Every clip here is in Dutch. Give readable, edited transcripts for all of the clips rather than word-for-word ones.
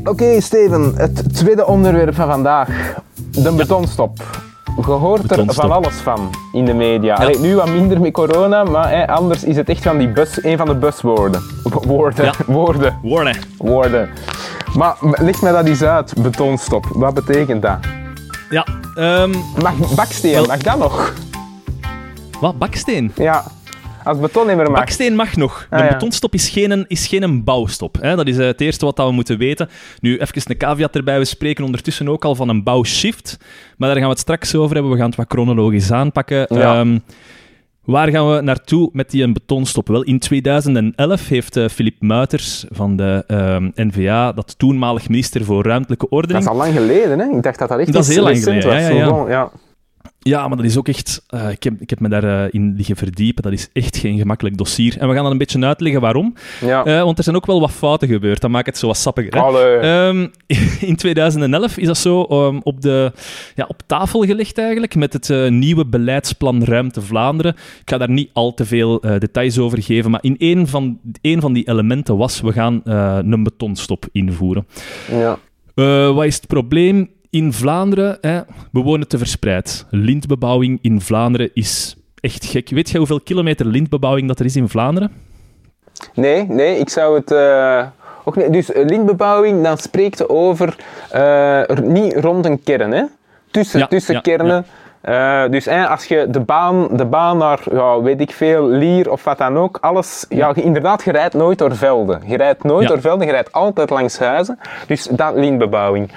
Oké, Steven, het tweede onderwerp van vandaag. De betonstop. Je hoort er van alles van in de media. Ja. Allee, nu wat minder met corona, maar anders is het echt van een van de buswoorden. Woorden. Maar leg mij dat eens uit, betonstop. Wat betekent dat? Ja. Baksteen, mag dat nog? Wat, baksteen? Ja. Als betonnemer mag. Baksteen mag nog. Een betonstop is geen bouwstop. Hè? Dat is het eerste wat we moeten weten. Nu, even een caveat erbij. We spreken ondertussen ook al van een bouwshift. Maar daar gaan we het straks over hebben. We gaan het wat chronologisch aanpakken. Ja. Waar gaan we naartoe met die betonstop? Wel, in 2011 heeft Philippe Muiters van de NVA, dat toenmalig minister voor Ruimtelijke Ordening... Dat is al lang geleden, hè? Ik dacht dat echt dat is heel lang geleden, ja. Ja, maar dat is ook echt... Ik heb me daarin liggen verdiepen. Dat is echt geen gemakkelijk dossier. En we gaan dan een beetje uitleggen waarom. Ja. Want er zijn ook wel wat fouten gebeurd. Dat maakt het zo wat sappiger. In 2011 is dat zo op tafel gelegd eigenlijk, met het nieuwe beleidsplan Ruimte Vlaanderen. Ik ga daar niet al te veel details over geven, maar in één van die elementen was, we gaan een betonstop invoeren. Ja. Wat is het probleem? In Vlaanderen, we wonen te verspreid. Lintbebouwing in Vlaanderen is echt gek. Weet jij hoeveel kilometer lintbebouwing dat er is in Vlaanderen? Nee, ik zou het ook niet. Dus lintbebouwing, dan spreekt je over niet rond een kern, hè? Tussen kernen. Ja. Dus als je de baan naar, weet ik veel, Lier of wat dan ook, alles... Ja, inderdaad, je rijdt nooit door velden. Je rijdt nooit door velden, je rijdt altijd langs huizen. Dus dat lintbebouwing.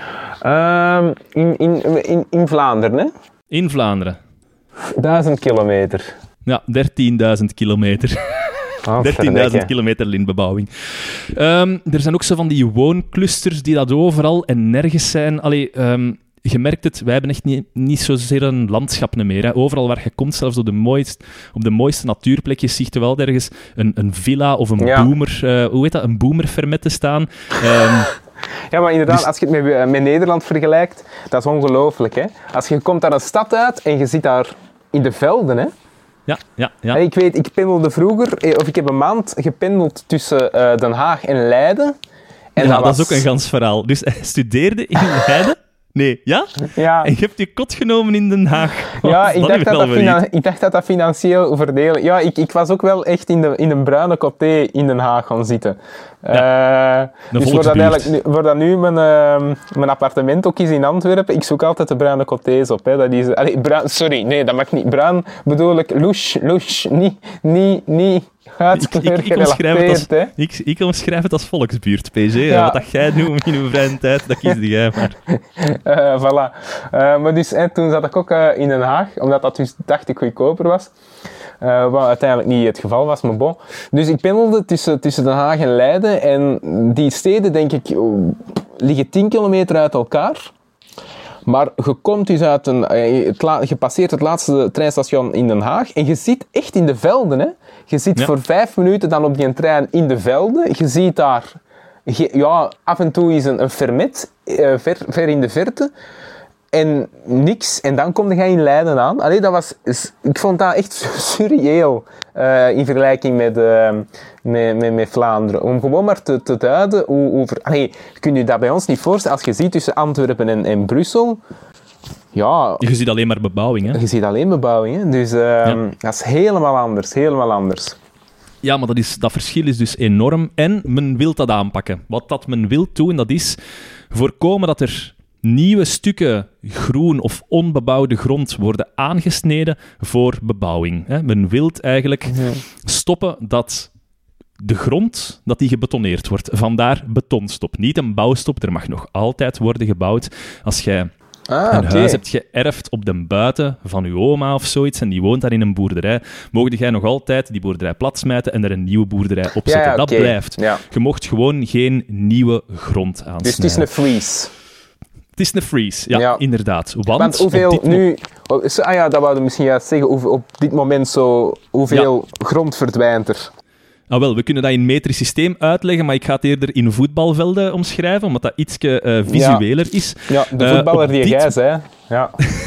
In Vlaanderen, hè? In Vlaanderen. 1000 kilometer. Ja, 13.000 kilometer. 13.000 kilometer lintbebouwing. Er zijn ook zo van die woonclusters die dat overal en nergens zijn. Je merkt het, wij hebben echt niet zozeer een landschap meer. Hè. Overal waar je komt, zelfs op de mooiste natuurplekjes, zie je wel ergens een villa of een boomer, een boomerfermet te staan. Ja, maar inderdaad, als je het met Nederland vergelijkt, dat is ongelooflijk. Hè? Als je komt daar een stad uit en je zit daar in de velden, hè? Ja. Ik weet, ik pendelde vroeger, of ik heb een maand gependeld tussen Den Haag en Leiden. En dat is ook een gans verhaal. Dus hij studeerde in Leiden? Nee, ja? Ja. En je hebt je kot genomen in Den Haag. Ja, ik dacht dat financieel verdelen... Ja, ik was ook wel echt in een bruine kop thee in Den Haag gaan zitten. Dus waar dat nu mijn appartement ook is in Antwerpen, ik zoek altijd de bruine kop thees op. Hè. Dat is, sorry, nee, dat mag niet. Bruin bedoel ik louche, niet huidskleur gerelateerd. Ik omschrijf het als volksbuurt, PG. Ja. Wat dat jij doet in uw vrije tijd, dat kies jij maar. Voilà. Maar dus, toen zat ik ook in Den Haag, omdat dat dus, dacht ik, goedkoper was. Wat uiteindelijk niet het geval was, maar bon. Dus ik pendelde tussen Den Haag en Leiden. En die steden, denk ik, liggen 10 kilometer uit elkaar. Maar je komt dus je passeert het laatste treinstation in Den Haag. En je zit echt in de velden, hè. Je zit voor 5 minuten dan op die trein in de velden. Je ziet daar... af en toe is een fermet, ver in de verte. En niks. En dan kom je in Leiden aan. Ik vond dat echt surreëel in vergelijking met Vlaanderen. Om gewoon maar te duiden je kunt je dat bij ons niet voorstellen. Als je ziet tussen Antwerpen en Brussel... Ja... Je ziet alleen maar bebouwing, hè? Je ziet alleen bebouwing, hè? Dus dat is helemaal anders. Ja, maar dat verschil is dus enorm. En men wil dat aanpakken. Wat dat men wil doen, dat is voorkomen dat er nieuwe stukken groen of onbebouwde grond worden aangesneden voor bebouwing. Men wil eigenlijk stoppen dat de grond dat die gebetoneerd wordt. Vandaar betonstop. Niet een bouwstop, er mag nog altijd worden gebouwd. Als jij een huis hebt geërfd op de buiten van uw oma of zoiets en die woont daar in een boerderij, mocht jij nog altijd die boerderij platsmijten en er een nieuwe boerderij opzetten. Ja, dat blijft. Ja. Je mocht gewoon geen nieuwe grond aansnijden. Dus het is een freeze. Het is een freeze, ja. Inderdaad. Want hoeveel nu... dat wouden we misschien juist zeggen. Op dit moment hoeveel grond verdwijnt er? Wel, we kunnen dat in metrisch systeem uitleggen, maar ik ga het eerder in voetbalvelden omschrijven, omdat dat ietsje visueler is. Ja, de voetballer die jij zei. Ja.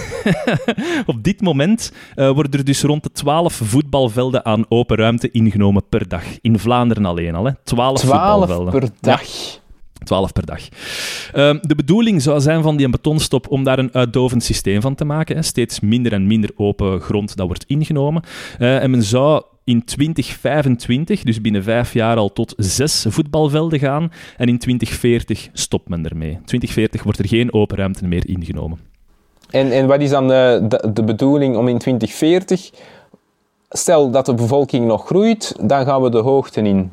Op dit moment worden er dus rond de 12 voetbalvelden aan open ruimte ingenomen per dag. In Vlaanderen alleen al, hè. 12 voetbalvelden. Per dag? 12 per dag. De bedoeling zou zijn van die betonstop om daar een uitdovend systeem van te maken. Hè. Steeds minder en minder open grond dat wordt ingenomen. En men zou in 2025, dus binnen 5 jaar, al tot 6 voetbalvelden gaan. En in 2040 stopt men ermee. In 2040 wordt er geen open ruimte meer ingenomen. En wat is dan de bedoeling om in 2040... Stel dat de bevolking nog groeit, dan gaan we de hoogte in.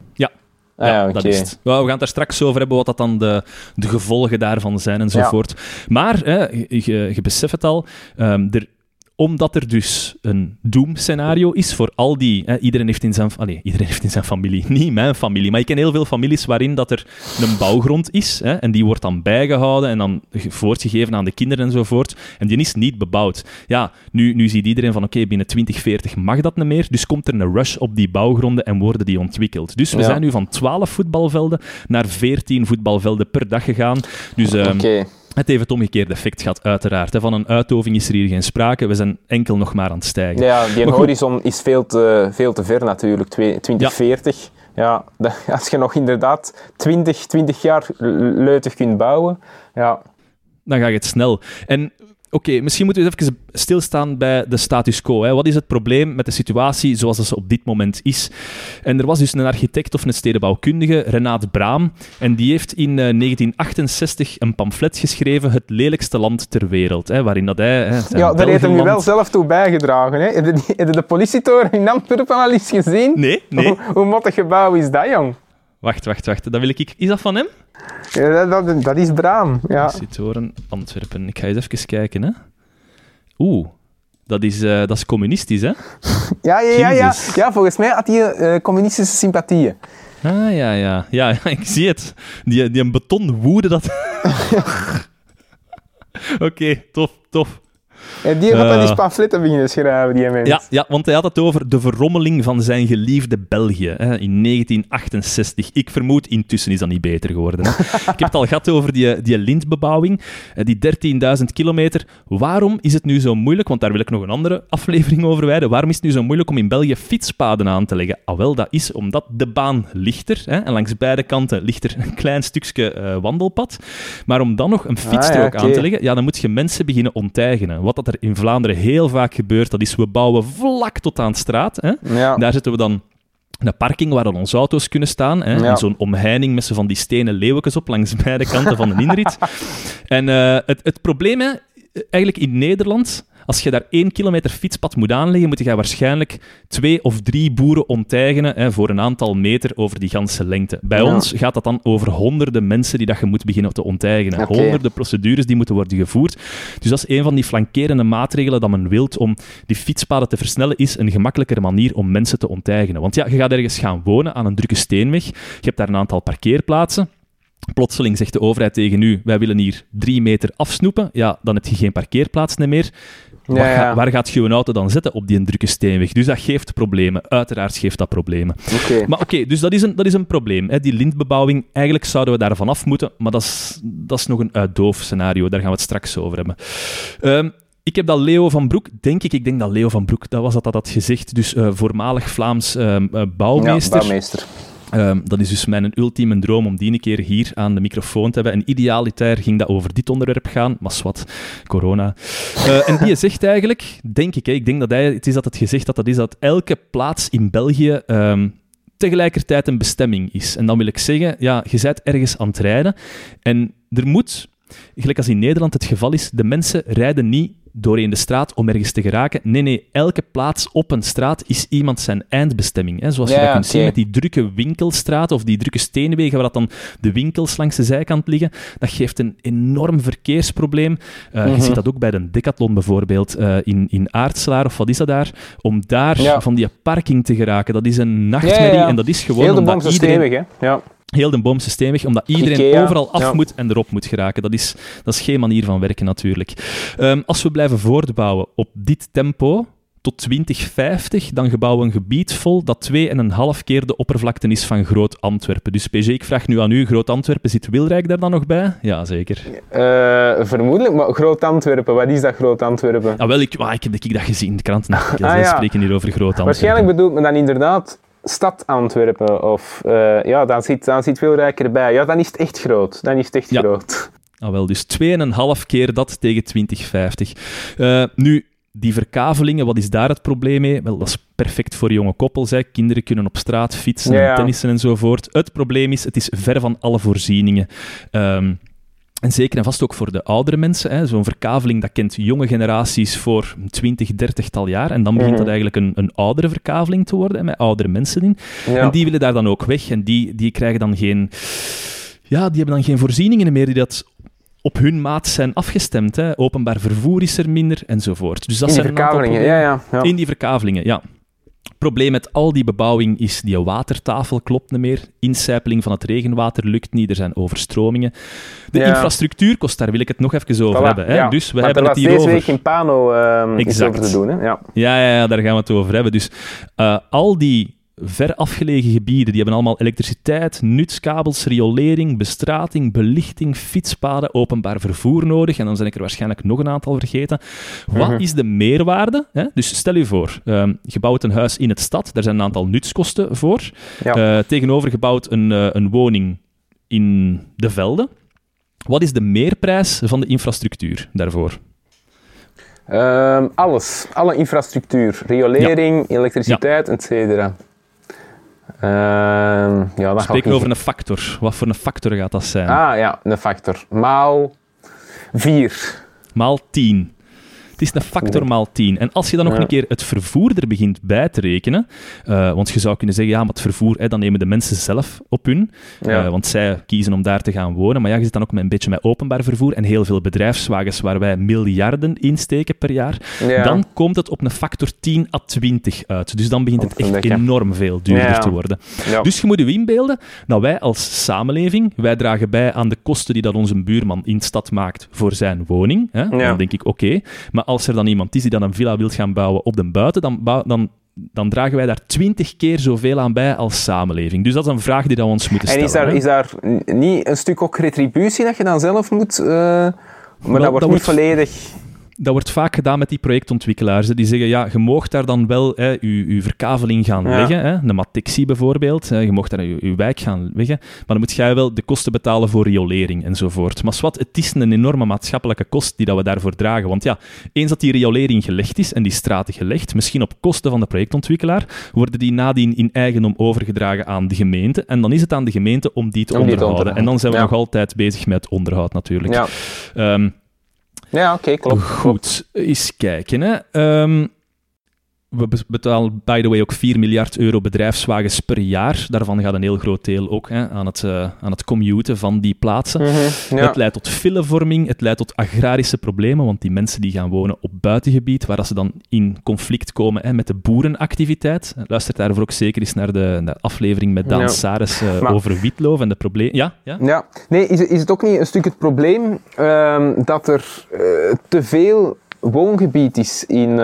Ja, dat is het. We gaan het daar straks over hebben, wat dat dan de gevolgen daarvan zijn enzovoort. Ja. Maar, je beseft het al, omdat er dus een doemscenario is voor al die... Iedereen heeft in zijn familie, niet mijn familie, maar ik ken heel veel families waarin dat er een bouwgrond is, en die wordt dan bijgehouden en dan voortgegeven aan de kinderen enzovoort, en die is niet bebouwd. Ja, nu ziet iedereen van oké, binnen 2040 mag dat niet meer, dus komt er een rush op die bouwgronden en worden die ontwikkeld. Dus we zijn nu van 12 voetbalvelden naar 14 voetbalvelden per dag gegaan. Dus... Het heeft het omgekeerde effect gehad, uiteraard. Van een uitdoving is er hier geen sprake. We zijn enkel nog maar aan het stijgen. Ja, die horizon is veel te ver natuurlijk. 2040. Ja, als je nog inderdaad 20 jaar leutig kunt bouwen, ja. Dan gaat het snel. En... Oké, misschien moeten we even stilstaan bij de status quo. Hè. Wat is het probleem met de situatie zoals ze op dit moment is? En er was dus een architect of een stedenbouwkundige, Renaat Braam, en die heeft in 1968 een pamflet geschreven, Het lelijkste land ter wereld, hè, waarin dat hij... daar heeft hem nu wel zelf toe bijgedragen. Hè. Heb je de politietoren in Antwerpen al eens gezien? Nee. Hoe mottig gebouw is dat, jong? Wacht. Dat wil ik... Is dat van hem? Ja, dat is Braam, ja. Politietoren Antwerpen. Ik ga eens even kijken, hè. Dat is communistisch, hè? Ja, volgens mij had hij communistische sympathieën. Ah, ja, ik zie het. Die een betonwoede dat... Oké, tof. En die had dan die pamfletten beginnen schrijven, die mens. Ja, want hij had het over de verrommeling van zijn geliefde België in 1968. Ik vermoed, intussen is dat niet beter geworden. Hè. Ik heb het al gehad over die lintbebouwing, die 13.000 kilometer. Waarom is het nu zo moeilijk, want daar wil ik nog een andere aflevering over wijden, waarom is het nu zo moeilijk om in België fietspaden aan te leggen? Wel, dat is omdat de baan ligt er, en langs beide kanten ligt er een klein stukje wandelpad. Maar om dan nog een fietsstrook aan te leggen, dan moet je mensen beginnen onteigenen. Wat dat er in Vlaanderen heel vaak gebeurt, dat is we bouwen vlak tot aan de straat. Hè. Ja. Daar zetten we dan een parking waar dan onze auto's kunnen staan. Hè. En zo'n omheining met zo van die stenen leeuwetjes op langs beide kanten van de inrit. En het probleem, eigenlijk in Nederland... Als je daar 1 kilometer fietspad moet aanleggen, moet je waarschijnlijk 2 of 3 boeren onteigenen voor een aantal meter over die ganse lengte. Bij ons gaat dat dan over honderden mensen die dat je moet beginnen te onteigenen. Okay. Honderden procedures die moeten worden gevoerd. Dus dat is een van die flankerende maatregelen dat men wilt om die fietspaden te versnellen, is een gemakkelijkere manier om mensen te onteigenen. Want je gaat ergens gaan wonen aan een drukke steenweg. Je hebt daar een aantal parkeerplaatsen. Plotseling zegt de overheid tegen u, wij willen hier 3 meter afsnoepen. Ja, dan heb je geen parkeerplaats meer. Waar gaat je auto dan zetten op die drukke steenweg? Dus dat geeft problemen. Uiteraard geeft dat problemen. Okay. Maar dus dat is een probleem. Hè. Die lintbebouwing, eigenlijk zouden we daar vanaf moeten, maar dat is nog een uitdoof scenario. Daar gaan we het straks over hebben. Ik heb dat Leo van Broek, ik denk dat Leo van Broek, dat had gezegd, dus voormalig Vlaams bouwmeester. Ja, bouwmeester. Dat is dus mijn ultieme droom om die een keer hier aan de microfoon te hebben. En idealiter ging dat over dit onderwerp gaan, maar zwart, corona. En die zegt eigenlijk, ik denk dat hij het gezegd had, dat elke plaats in België tegelijkertijd een bestemming is. En dan wil ik zeggen, je bent ergens aan het rijden en er moet, gelijk als in Nederland het geval is, de mensen rijden niet doorheen de straat om ergens te geraken. Nee, elke plaats op een straat is iemand zijn eindbestemming. Hè? Zoals je dat kunt zien met die drukke winkelstraten of die drukke steenwegen waar dat dan de winkels langs de zijkant liggen. Dat geeft een enorm verkeersprobleem. Je ziet dat ook bij de Decathlon bijvoorbeeld in Aartselaar, of wat is dat daar? Om daar van die parking te geraken. Dat is een nachtmerrie en dat is gewoon heel de omdat Bomse steenweg, hè? Ja. Heel de Boomse steenweg, omdat iedereen overal af moet en erop moet geraken. Dat is geen manier van werken, natuurlijk. Als we blijven voortbouwen op dit tempo, tot 2050, dan gebouwen we een gebied vol dat 2,5 keer de oppervlakte is van Groot-Antwerpen. Dus PG, ik vraag nu aan u, Groot-Antwerpen, zit Wilrijk daar dan nog bij? Ja, zeker. Vermoedelijk, maar Groot-Antwerpen, wat is dat Groot-Antwerpen? Ik heb dat gezien in de kranten. We spreken hier over Groot-Antwerpen. Waarschijnlijk bedoelt men dan inderdaad stad Antwerpen. Of dan zit veel rijker bij. Ja, dan is het echt groot. Groot. Ah, wel, dus 2,5 keer dat tegen 2050. Nu, die verkavelingen, wat is daar het probleem mee? Wel, dat is perfect voor jonge koppels. Hè. Kinderen kunnen op straat fietsen en tennissen enzovoort. Het probleem is, het is ver van alle voorzieningen. En zeker en vast ook voor de oudere mensen. Hè. Zo'n verkaveling, dat kent jonge generaties voor 20, 30-tal jaar. En dan begint dat eigenlijk een oudere verkaveling te worden, hè, met oudere mensen in. Ja. En die willen daar dan ook weg. En die krijgen dan geen... Ja, die hebben dan geen voorzieningen meer die dat op hun maat zijn afgestemd. Hè. Openbaar vervoer is er minder, enzovoort. Dus dat in die verkavelingen, ja. In die verkavelingen, ja. Het probleem met al die bebouwing is die watertafel klopt niet meer. Incijpeling van het regenwater lukt niet, er zijn overstromingen. De infrastructuur kost, daar wil ik het nog even over hebben. Hè. Ja. Dus we hebben het hier deze over. Week in Pano iets over te doen. Hè. Ja, daar gaan we het over hebben. Dus al die ver afgelegen gebieden, die hebben allemaal elektriciteit, nutskabels, riolering, bestrating, belichting, fietspaden, openbaar vervoer nodig. En dan ben ik er waarschijnlijk nog een aantal vergeten. Wat is de meerwaarde? Hè? Dus stel je voor, je bouwt een huis in het stad, daar zijn een aantal nutskosten voor. Ja. Tegenover gebouwd een woning in de velden. Wat is de meerprijs van de infrastructuur daarvoor? Alles. Alle infrastructuur. Riolering, elektriciteit, etc. We spreken over een factor. Wat voor een factor gaat dat zijn? Een factor. Maal 4. Maal 10. Het is een factor maal 10. En als je dan nog een keer het vervoer er begint bij te rekenen, want je zou kunnen zeggen, maar het vervoer, dan nemen de mensen zelf op hun, want zij kiezen om daar te gaan wonen, maar je zit dan ook een beetje met openbaar vervoer en heel veel bedrijfswagens waar wij miljarden insteken per jaar, dan komt het op een factor 10 à 20 uit. Dus dan begint het echt enorm veel duurder te worden. Ja. Dus je moet je inbeelden dat wij als samenleving, wij dragen bij aan de kosten die dat onze buurman in de stad maakt voor zijn woning. Hè? Dan denk ik, oké. Maar als er dan iemand is die dan een villa wil gaan bouwen op de buiten, dan dragen wij daar 20 keer zoveel aan bij als samenleving. Dus dat is een vraag die we ons moeten stellen. En is daar niet een stuk ook retributie dat je dan zelf moet... maar dat wordt niet volledig... Dat wordt vaak gedaan met die projectontwikkelaars. Die zeggen, je mag daar dan wel je verkaveling gaan leggen. Hè, een Matexi bijvoorbeeld. Je mag daar je wijk gaan leggen. Maar dan moet jij wel de kosten betalen voor riolering enzovoort. Maar het is een enorme maatschappelijke kost die dat we daarvoor dragen. Want eens dat die riolering gelegd is en die straten gelegd, misschien op kosten van de projectontwikkelaar, worden die nadien in eigendom overgedragen aan de gemeente. En dan is het aan de gemeente om die te onderhouden. En dan zijn we nog altijd bezig met onderhoud natuurlijk. Ja. Oké, klopt. Goed, eens kijken. Hè. We betalen, by the way, ook 4 miljard euro bedrijfswagens per jaar. Daarvan gaat een heel groot deel ook aan het commuten van die plaatsen. Het leidt tot filevorming, het leidt tot agrarische problemen, want die mensen die gaan wonen op buitengebied, waar ze dan in conflict komen met de boerenactiviteit. Luister daarvoor ook zeker eens naar de aflevering met Daan Sares over witloof en de problemen. Ja? Nee, is het ook niet een stuk het probleem dat er te veel woongebied is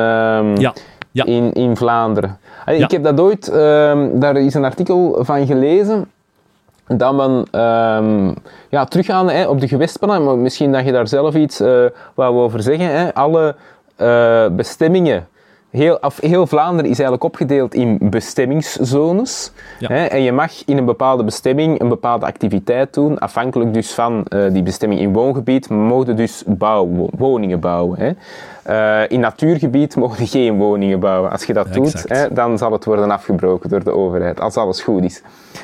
in Vlaanderen? Ik heb dat ooit, daar is een artikel van gelezen, dat men teruggaan op de gewestplannen, maar misschien dat je daar zelf iets wou over zeggen. Alle bestemmingen, heel Vlaanderen is eigenlijk opgedeeld in bestemmingszones. En je mag in een bepaalde bestemming een bepaalde activiteit doen, afhankelijk dus van die bestemming in woongebied, mogen dus woningen bouwen. In natuurgebied mogen je geen woningen bouwen. Als je dat doet, dan zal het worden afgebroken door de overheid, als alles goed is.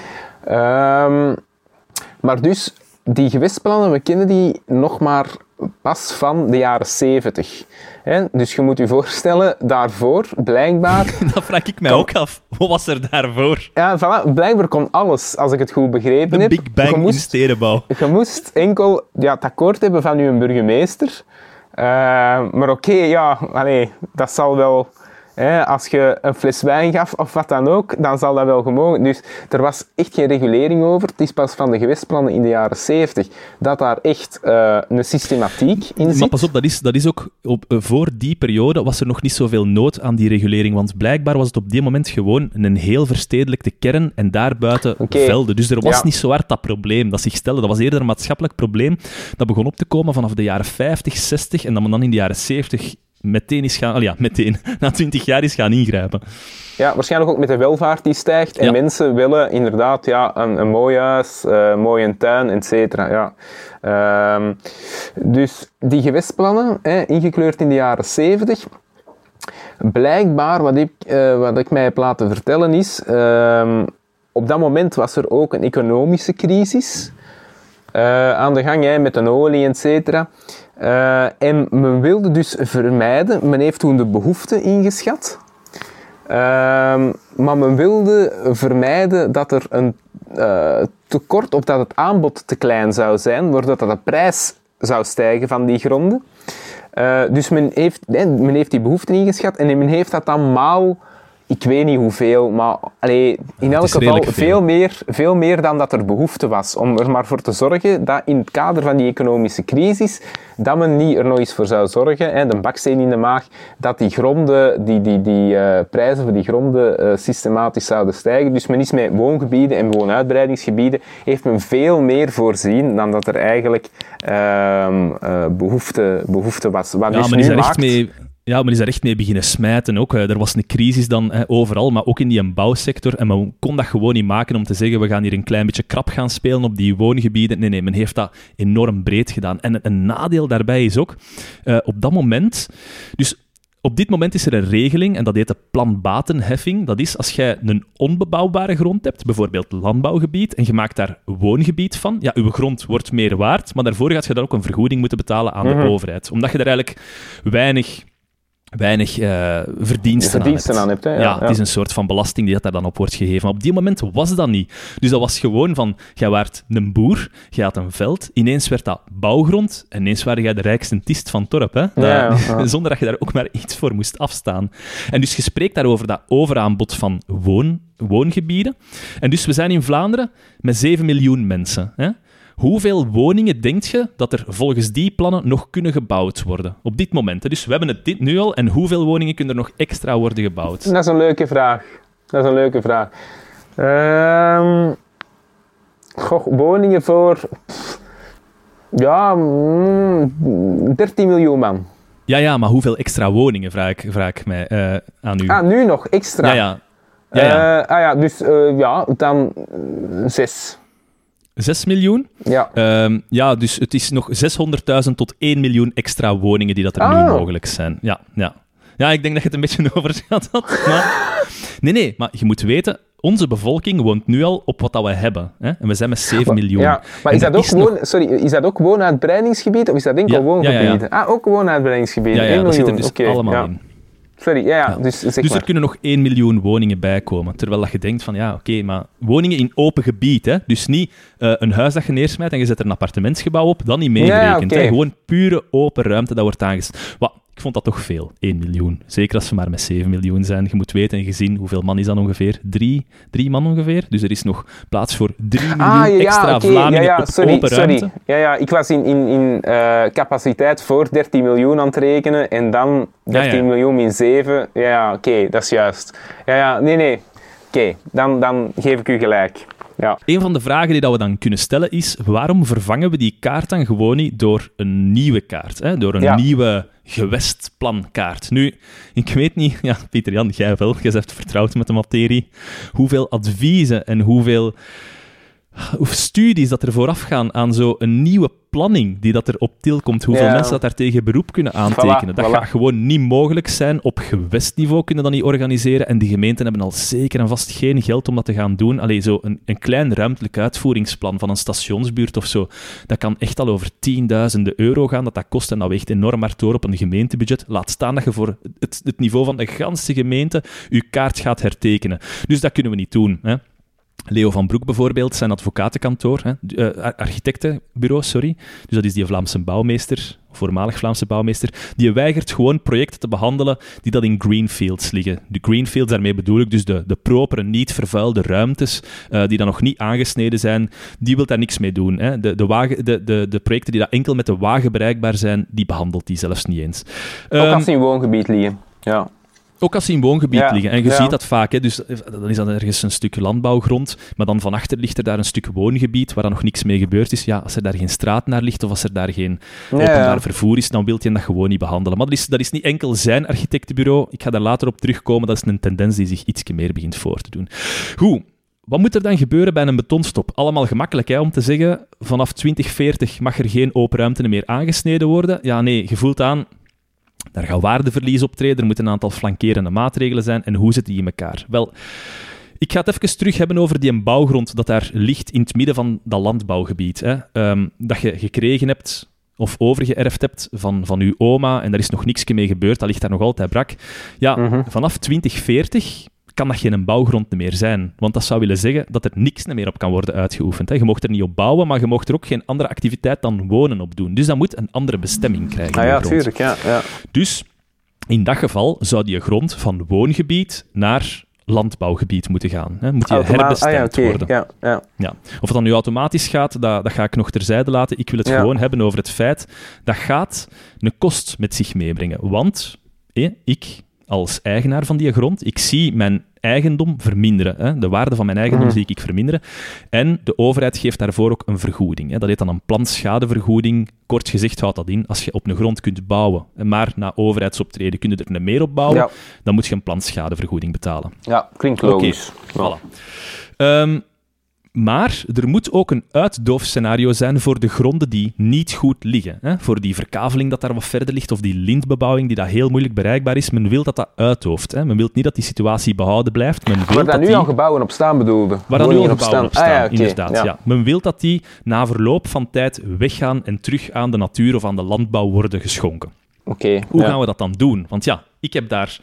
Maar dus, die gewestplannen, we kennen die nog maar pas van de jaren 70. Dus je moet je voorstellen, daarvoor, blijkbaar... Dat vraag ik mij ook af. Wat was er daarvoor? Ja, voilà, blijkbaar kon alles, als ik het goed begrepen heb. De Big Bang in stedenbouw. Je moest enkel het akkoord hebben van je burgemeester. Maar dat zal wel... als je een fles wijn gaf of wat dan ook, dan zal dat wel gemogen. Dus er was echt geen regulering over. Het is pas van de gewestplannen in de jaren 70 dat daar echt een systematiek in zit. Maar pas op, dat is ook voor die periode was er nog niet zoveel nood aan die regulering, want blijkbaar was het op die moment gewoon een heel verstedelijkte kern en daarbuiten velden. Dus er was niet zo hard dat probleem dat zich stelde. Dat was eerder een maatschappelijk probleem dat begon op te komen vanaf de jaren 50, 60 en dat men dan in de jaren 70 meteen na 20 jaar is gaan ingrijpen. Ja, waarschijnlijk ook met de welvaart die stijgt. En mensen willen inderdaad een mooi huis, mooie tuin, et cetera. Ja. Dus die gewestplannen, ingekleurd in de jaren 70... Blijkbaar, wat ik mij heb laten vertellen is... op dat moment was er ook een economische crisis aan de gang, met de olie, et cetera. En men wilde dus vermijden... Men heeft toen de behoefte ingeschat... maar men wilde vermijden dat er een tekort of dat het aanbod te klein zou zijn, waardoor dat de prijs zou stijgen van die gronden. Dus men heeft die behoefte ingeschat en men heeft dat dan maal, ik weet niet hoeveel, maar in elk geval veel meer dan dat er behoefte was. Om er maar voor te zorgen dat in het kader van die economische crisis, dat men niet er nog eens voor zou zorgen, de baksteen in de maag, dat die gronden, die prijzen voor die gronden systematisch zouden stijgen. Dus men is met woongebieden en woonuitbreidingsgebieden, heeft men veel meer voorzien dan dat er eigenlijk behoefte was. Wat dus nu maakt... Ja, maar die is daar echt mee beginnen smijten ook. Er was een crisis dan overal, maar ook in die bouwsector. En men kon dat gewoon niet maken om te zeggen, we gaan hier een klein beetje krap gaan spelen op die woongebieden. Nee, men heeft dat enorm breed gedaan. En een nadeel daarbij is ook, op dat moment... Dus op dit moment is er een regeling, en dat heet de planbatenheffing. Dat is als jij een onbebouwbare grond hebt, bijvoorbeeld landbouwgebied, en je maakt daar woongebied van. Ja, uw grond wordt meer waard, maar daarvoor gaat je dan ook een vergoeding moeten betalen aan de overheid. Omdat je daar eigenlijk weinig verdiensten aan hebt. Ja, het is een soort van belasting die daar dan op wordt gegeven. Maar op die moment was dat niet. Dus dat was gewoon van, jij waart een boer, jij had een veld, ineens werd dat bouwgrond, en ineens waren jij de rijkste tist van het dorp. Hè? Zonder dat je daar ook maar iets voor moest afstaan. En dus je spreekt daarover dat overaanbod van woongebieden. En dus we zijn in Vlaanderen met 7 miljoen mensen. Hè? Hoeveel woningen denk je dat er volgens die plannen nog kunnen gebouwd worden? Op dit moment. Hè? Dus we hebben dit nu al. En hoeveel woningen kunnen er nog extra worden gebouwd? Dat is een leuke vraag. Woningen voor... 13 miljoen man. Ja, maar hoeveel extra woningen vraag ik mij aan u? Nu nog extra? Ja. Dus dan 6. 6 miljoen? Ja. Dus het is nog 600.000 tot 1 miljoen extra woningen die dat er nu mogelijk zijn. Ja, ik denk dat je het een beetje overschat had. Maar... Nee, maar je moet weten, onze bevolking woont nu al op wat dat we hebben. Hè? En we zijn met 7 miljoen. Ja, maar is dat ook woonuitbreidingsgebied of is dat enkel woongebieden? Ja. Ook woonuitbreidingsgebieden. 1 dat miljoen. zit er dus allemaal in. Sorry, dus er kunnen nog 1 miljoen woningen bijkomen. Terwijl dat je denkt van, maar woningen in open gebied, hè? Dus niet een huis dat je neersmijt en je zet er een appartementsgebouw op, dat niet meegerekend. Hè? Gewoon pure open ruimte, dat wordt aangezet. Ik vond dat toch veel, 1 miljoen. Zeker als we maar met 7 miljoen zijn. Je moet weten en gezien, hoeveel man is dat ongeveer? 3 man ongeveer. Dus er is nog plaats voor 3 miljoen extra Vlamingen op open ruimte. Ja, ik was in capaciteit voor 13 miljoen aan het rekenen en dan 13 miljoen min 7. Ja, oké, dat is juist. Nee. Oké, dan geef ik u gelijk. Ja. Een van de vragen die we dan kunnen stellen is, waarom vervangen we die kaart dan gewoon niet door een nieuwe kaart? Hè? Door een nieuwe gewestplankaart. Nu, ik weet niet, Pieter-Jan, jij wel, jij bent vertrouwd met de materie, hoeveel adviezen en hoeveel studies dat er vooraf gaan aan zo'n nieuwe planning die dat er op til komt, hoeveel mensen dat daar tegen beroep kunnen aantekenen. Dat gaat gewoon niet mogelijk zijn. Op gewestniveau kunnen dat niet organiseren en die gemeenten hebben al zeker en vast geen geld om dat te gaan doen. Allee, zo een klein ruimtelijk uitvoeringsplan van een stationsbuurt of zo, dat kan echt al over tienduizenden euro gaan, dat kost en dat weegt enorm hard door op een gemeentebudget. Laat staan dat je voor het niveau van de ganse gemeente je kaart gaat hertekenen. Dus dat kunnen we niet doen, hè. Leo van Broek bijvoorbeeld, zijn advocatenkantoor, architectenbureau, sorry. Dus dat is die Vlaamse bouwmeester, voormalig Vlaamse bouwmeester, die weigert gewoon projecten te behandelen die dat in greenfields liggen. De greenfields, daarmee bedoel ik dus de propere, niet vervuilde ruimtes die dan nog niet aangesneden zijn, die wil daar niks mee doen. Hè. De projecten die dat enkel met de wagen bereikbaar zijn, die behandelt die zelfs niet eens. Ook als ze in woongebied liggen, ja. Ook als ze in woongebied liggen. En je ziet dat vaak. Hè, dus dan is dat ergens een stuk landbouwgrond, maar dan van achter ligt er daar een stuk woongebied waar dan nog niks mee gebeurd is. Ja, als er daar geen straat naar ligt of als er daar geen openbaar vervoer is, dan wil je dat gewoon niet behandelen. Maar dat is niet enkel zijn architectenbureau. Ik ga daar later op terugkomen. Dat is een tendens die zich iets meer begint voor te doen. Goed. Wat moet er dan gebeuren bij een betonstop? Allemaal gemakkelijk om te zeggen, vanaf 2040 mag er geen open ruimte meer aangesneden worden. Ja, nee, je voelt aan, daar gaat waardeverlies optreden, er moeten een aantal flankerende maatregelen zijn. En hoe zitten die in elkaar? Wel, ik ga het even terug hebben over die bouwgrond dat daar ligt in het midden van dat landbouwgebied. Hè. Dat je gekregen hebt of overgeërfd hebt van uw oma en daar is nog niks mee gebeurd, dat ligt daar nog altijd brak. Ja, vanaf 2040... kan dat geen bouwgrond meer zijn. Want dat zou willen zeggen dat er niks meer op kan worden uitgeoefend. Hè. Je mocht er niet op bouwen, maar je mocht er ook geen andere activiteit dan wonen op doen. Dus dat moet een andere bestemming krijgen. Ah ja, tuurlijk. Ja. Dus in dat geval zou die grond van woongebied naar landbouwgebied moeten gaan. Hè. Moet die herbestemd worden. Ja. Of het dan nu automatisch gaat, dat ga ik nog terzijde laten. Ik wil het gewoon hebben over het feit dat gaat een kost met zich meebrengen. Want ik... als eigenaar van die grond, ik zie mijn eigendom verminderen. Hè. De waarde van mijn eigendom zie ik verminderen. En de overheid geeft daarvoor ook een vergoeding. Hè. Dat heet dan een planschadevergoeding. Kort gezegd houdt dat in, als je op een grond kunt bouwen, maar na overheidsoptreden kun je er een meer op bouwen, dan moet je een planschadevergoeding betalen. Ja, klinkt logisch. Okay. Voilà. Maar er moet ook een uitdoofscenario zijn voor de gronden die niet goed liggen. Hè? Voor die verkaveling dat daar wat verder ligt, of die lintbebouwing die dat heel moeilijk bereikbaar is. Men wil dat dat uitdooft. Hè? Men wil niet dat die situatie behouden blijft. Men wil waar daar nu al gebouwen op staan bedoelde. Waar dan nu al gebouwen op staan, inderdaad. Ja. Men wil dat die na verloop van tijd weggaan en terug aan de natuur of aan de landbouw worden geschonken. Hoe gaan we dat dan doen? Want ja, ik heb daar...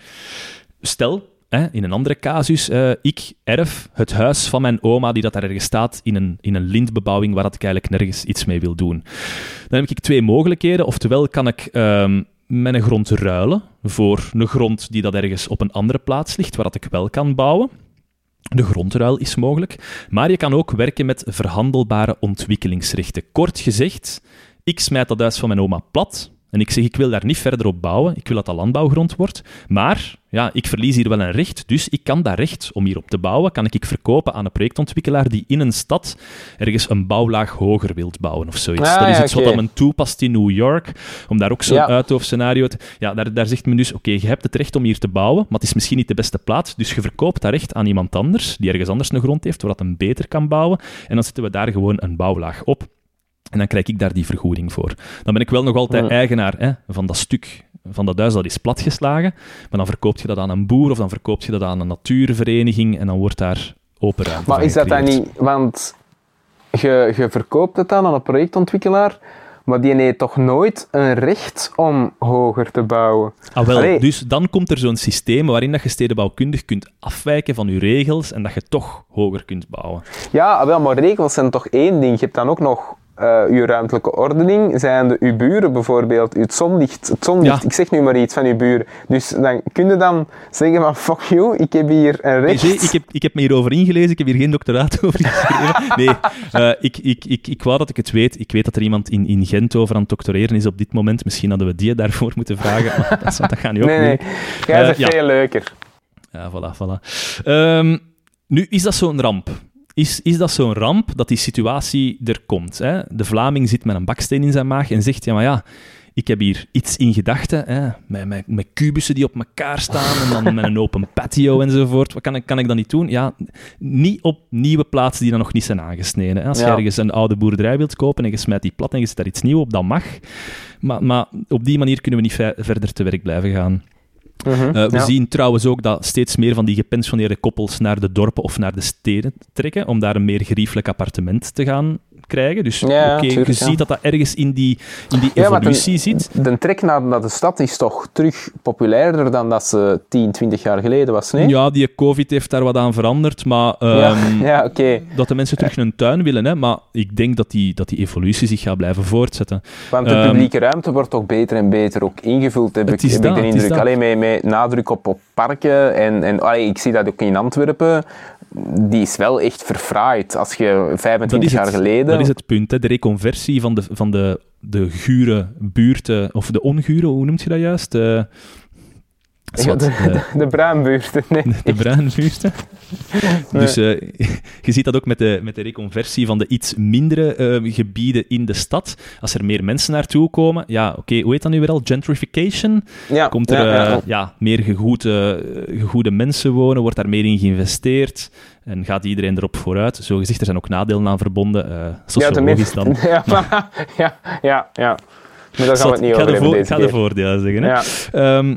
Stel... in een andere casus, ik erf het huis van mijn oma die dat daar ergens staat in een lintbebouwing waar dat ik eigenlijk nergens iets mee wil doen. Dan heb ik 2 mogelijkheden. Oftewel kan ik mijn grond ruilen voor een grond die dat ergens op een andere plaats ligt, waar dat ik wel kan bouwen. De grondruil is mogelijk. Maar je kan ook werken met verhandelbare ontwikkelingsrechten. Kort gezegd, ik smijt dat huis van mijn oma plat... En ik zeg, ik wil daar niet verder op bouwen. Ik wil dat dat landbouwgrond wordt. Maar ja, ik verlies hier wel een recht. Dus ik kan dat recht om hierop te bouwen, kan ik verkopen aan een projectontwikkelaar die in een stad ergens een bouwlaag hoger wilt bouwen of zoiets. Dat is iets wat men toepast in New York. Om daar ook zo'n uitdoofscenario te... Ja, daar zegt men dus, oké, je hebt het recht om hier te bouwen, maar het is misschien niet de beste plaats. Dus je verkoopt dat recht aan iemand anders, die ergens anders een grond heeft, waar dat hem beter kan bouwen. En dan zetten we daar gewoon een bouwlaag op. En dan krijg ik daar die vergoeding voor. Dan ben ik wel nog altijd eigenaar van dat stuk, van dat huis dat is platgeslagen. Maar dan verkoop je dat aan een boer of dan verkoop je dat aan een natuurvereniging en dan wordt daar open ruimte. Maar is dat dan niet... Want je verkoopt het dan aan een projectontwikkelaar, maar die heeft toch nooit een recht om hoger te bouwen? Ah, wel. Dus dan komt er zo'n systeem waarin dat je stedenbouwkundig kunt afwijken van je regels en dat je toch hoger kunt bouwen. Ja, wel, maar regels zijn toch één ding. Je hebt dan ook nog... uw ruimtelijke ordening, zijn uw buren bijvoorbeeld, het zonlicht, ik zeg nu maar iets van uw buren. Dus dan kun je dan zeggen van, fuck you, ik heb hier een recht. Nee, ik heb me hierover ingelezen, ik heb hier geen doctoraat over geschreven. Nee, ik wou dat ik het weet. Ik weet dat er iemand in Gent over aan het doctoreren is op dit moment. Misschien hadden we die daarvoor moeten vragen, maar dat gaat niet ook. Nee, jij is veel leuker. Ja, voilà. Nu, is dat zo'n ramp? Is dat zo'n ramp dat die situatie er komt? Hè? De Vlaming zit met een baksteen in zijn maag en zegt, ja, maar ja, ik heb hier iets in gedachten, met kubussen die op elkaar staan en dan met een open patio enzovoort. Wat kan ik dan niet doen? Ja, niet op nieuwe plaatsen die dan nog niet zijn aangesneden. Hè? Als je ergens een oude boerderij wilt kopen en je smijt die plat en je zet daar iets nieuws op, dat mag. Maar op die manier kunnen we niet verder te werk blijven gaan. We zien trouwens ook dat steeds meer van die gepensioneerde koppels naar de dorpen of naar de steden trekken, om daar een meer geriefelijk appartement te gaan krijgen. Dus je ziet dat ergens in die evolutie zit. De trek naar de stad is toch terug populairder dan dat ze 10, 20 jaar geleden was, nee? Ja, die COVID heeft daar wat aan veranderd, maar dat de mensen terug een tuin willen. Hè, maar ik denk dat die evolutie zich gaat blijven voortzetten. Want de publieke ruimte wordt toch beter en beter ook ingevuld, heb ik de indruk. Alleen met nadruk op parken. En ik zie dat ook in Antwerpen. Die is wel echt verfraaid. Als je 25 jaar geleden... Dat is het punt, hè. De reconversie van de gure buurten, of de ongure, hoe noem je dat juist? De bruinbuurten, nee. De bruinbuurten. Nee. Dus je ziet dat ook met de reconversie van de iets mindere gebieden in de stad. Als er meer mensen naartoe komen, hoe heet dat nu weer al? Gentrification? Ja. Komt er meer gegoede mensen wonen, wordt daar meer in geïnvesteerd en gaat iedereen erop vooruit. Zo gezegd, er zijn ook nadelen aan verbonden, sociologisch dan. Ja. Maar daar gaan we het niet over hebben deze keer. Ik ga de voordelen zeggen. Hè? Ja.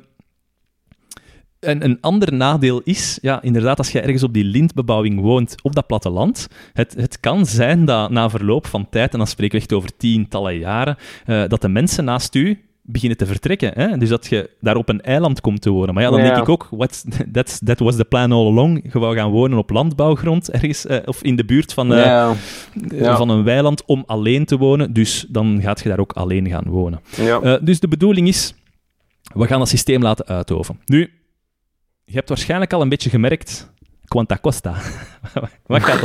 En een ander nadeel is, inderdaad, als je ergens op die lintbebouwing woont, op dat platteland, het kan zijn dat na verloop van tijd, en dan spreken we echt over tientallen jaren, dat de mensen naast u beginnen te vertrekken. Hè? Dus dat je daar op een eiland komt te wonen. Maar dan denk ik ook, that was the plan all along. Je wou gaan wonen op landbouwgrond, ergens, of in de buurt van een weiland, om alleen te wonen. Dus dan gaat je daar ook alleen gaan wonen. Ja. Dus de bedoeling is, we gaan dat systeem laten uitoven. Nu, je hebt waarschijnlijk al een beetje gemerkt, quanta costa. Wat gaat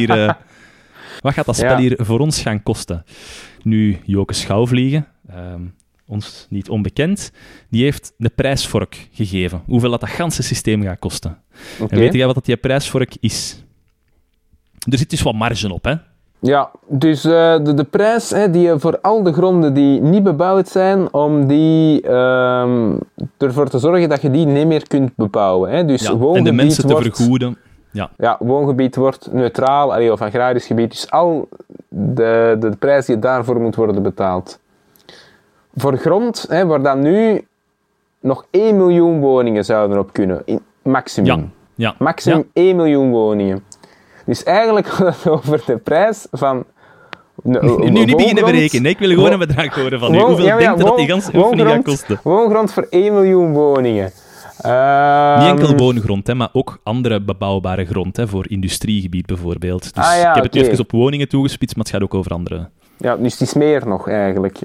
dat spel hier voor ons gaan kosten? Nu, Joke Schouwvliegen, ons niet onbekend, die heeft de prijsvork gegeven. Hoeveel dat ganse systeem gaat kosten. Okay. En weet jij wat die prijsvork is? Er zit dus wat marge op, hè? Ja, dus de prijs die voor al de gronden die niet bebouwd zijn, om die ervoor te zorgen dat je die niet meer kunt bebouwen. Hè. Dus en de mensen te vergoeden. Ja, woongebied wordt neutraal, of agrarisch gebied. Dus al de prijs die daarvoor moet worden betaald. Voor grond, waar dan nu nog 1 miljoen woningen zouden op kunnen. Maximum. Ja. Maximum 1 miljoen woningen. Dus eigenlijk gaat het over de prijs van... Nu niet beginnen berekenen. Ik wil gewoon een bedrag horen van u. Hoeveel denkt u dat die ganse oefening gaat kosten? Woongrond voor 1 miljoen woningen. Niet enkel woongrond, maar ook andere bebouwbare grond, voor industriegebied bijvoorbeeld. Dus ik heb het nu even op woningen toegespitst, maar het gaat ook over andere... Ja, dus het is meer nog eigenlijk.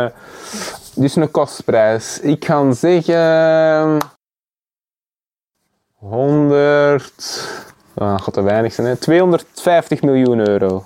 Dus een kostprijs. Ik ga zeggen... 100... dat gaat te weinig zijn, hè. 250 miljoen euro.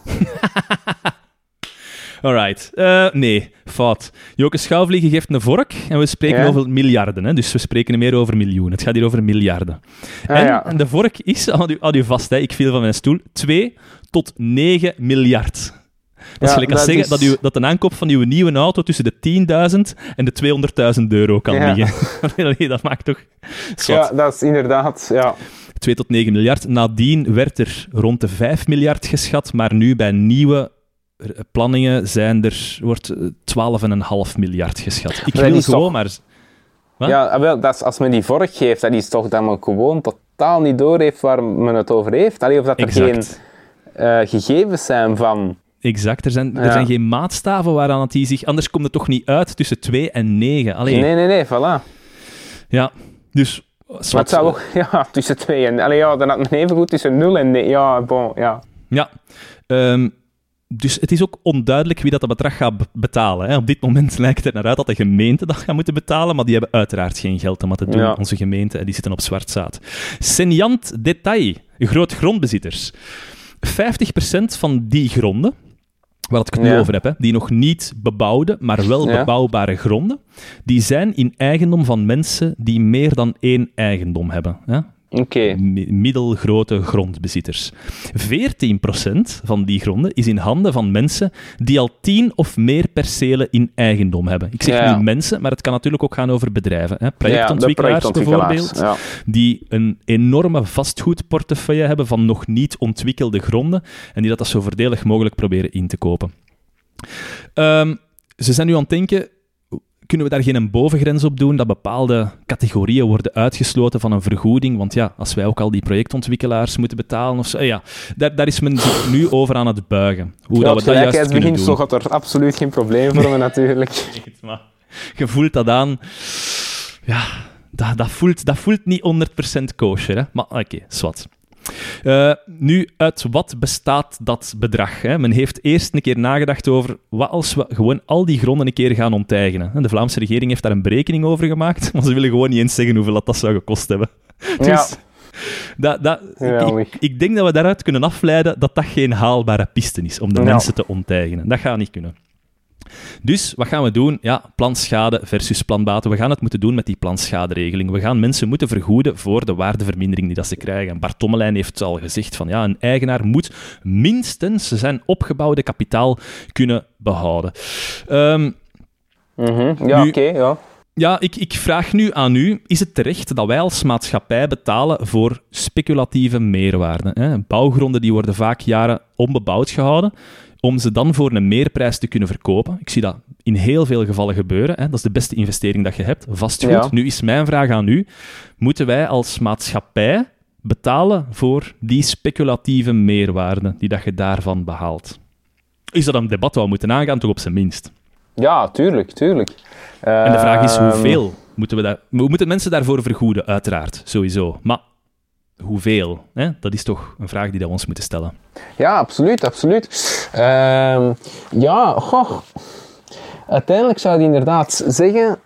Alright. Nee, fout. Joke Schouwvliegen geeft een vork en we spreken over miljarden. Hè? Dus we spreken meer over miljoenen. Het gaat hier over miljarden. En de vork is, houd u vast, hè, ik viel van mijn stoel, 2 tot 9 miljard. Dat is gelijk als zeggen dat een aankoop van uw nieuwe auto tussen de 10.000 en de 200.000 euro kan liggen. Nee, dat maakt toch... Zwart. Ja, dat is inderdaad... Ja. 2 tot 9 miljard. Nadien werd er rond de 5 miljard geschat, maar nu bij nieuwe planningen wordt 12,5 miljard geschat. Ik wil gewoon maar... Wat? Ja, wel, dat is, als men die vork geeft, dat is toch dat men gewoon totaal niet doorheeft waar men het over heeft. Allee, of dat er geen gegevens zijn van... Exact, er zijn geen maatstaven waaraan het die zich... Anders komt het toch niet uit tussen 2 en 9. Allee. Nee, voilà. Ja, dus... Maar het zou ook, tussen 2 en... Allee, dan had men even goed tussen 0 en 9. Ja, bon, ja. Ja, dus het is ook onduidelijk wie dat bedrag gaat betalen. Hè. Op dit moment lijkt het naar uit dat de gemeente dat gaat moeten betalen, maar die hebben uiteraard geen geld om dat te doen. Ja. Onze gemeenten, die zitten op zwart zaad. Seniant detail, grootgrondbezitters. 50% van die gronden, waar ik het nu over heb, hè, die nog niet bebouwde, maar wel bebouwbare gronden, die zijn in eigendom van mensen die meer dan 1 eigendom hebben. Hè? Middelgrote grondbezitters. 14% van die gronden is in handen van mensen die al 10 of meer percelen in eigendom hebben. Ik zeg nu mensen, maar het kan natuurlijk ook gaan over bedrijven. Hè? Projectontwikkelaars bijvoorbeeld, die een enorme vastgoedportefeuille hebben van nog niet ontwikkelde gronden en die dat zo voordelig mogelijk proberen in te kopen. Ze zijn nu aan het denken... Kunnen we daar geen bovengrens op doen, dat bepaalde categorieën worden uitgesloten van een vergoeding? Want als wij ook al die projectontwikkelaars moeten betalen of zo, daar is men zich nu over aan het buigen. Hoe dat we dat juist kunnen doen. Zo gaat er absoluut geen probleem vormen, natuurlijk. Maar je voelt dat aan... Ja, dat voelt niet 100% kosher, hè? Maar oké, zwart. Nu, uit wat bestaat dat bedrag? Hè? Men heeft eerst een keer nagedacht over wat als we gewoon al die gronden een keer gaan onteigenen. De Vlaamse regering heeft daar een berekening over gemaakt, maar ze willen gewoon niet eens zeggen hoeveel dat zou gekost hebben. Dus ik denk dat we daaruit kunnen afleiden dat dat geen haalbare piste is om de mensen te onteigenen. Dat gaat niet kunnen. Dus wat gaan we doen? Ja, plantschade versus plantbaten. We gaan het moeten doen met die plantschaderegeling. We gaan mensen moeten vergoeden voor de waardevermindering die dat ze krijgen. En Bart Tommelijn heeft al gezegd van een eigenaar moet minstens zijn opgebouwde kapitaal kunnen behouden. Ja, oké. Ja, ik vraag nu aan u, is het terecht dat wij als maatschappij betalen voor speculatieve meerwaarden? Bouwgronden die worden vaak jaren onbebouwd gehouden, om ze dan voor een meerprijs te kunnen verkopen. Ik zie dat in heel veel gevallen gebeuren. Dat is de beste investering dat je hebt, vastgoed. Ja. Nu is mijn vraag aan u, moeten wij als maatschappij betalen voor die speculatieve meerwaarden die dat je daarvan behaalt? Is dat een debat dat we moeten aangaan, toch op zijn minst? Ja, tuurlijk. En de vraag is, hoeveel moeten we moeten mensen daarvoor vergoeden? Uiteraard, sowieso. Maar hoeveel? Dat is toch een vraag die we ons moeten stellen. Ja, absoluut. Uiteindelijk zou je inderdaad zeggen...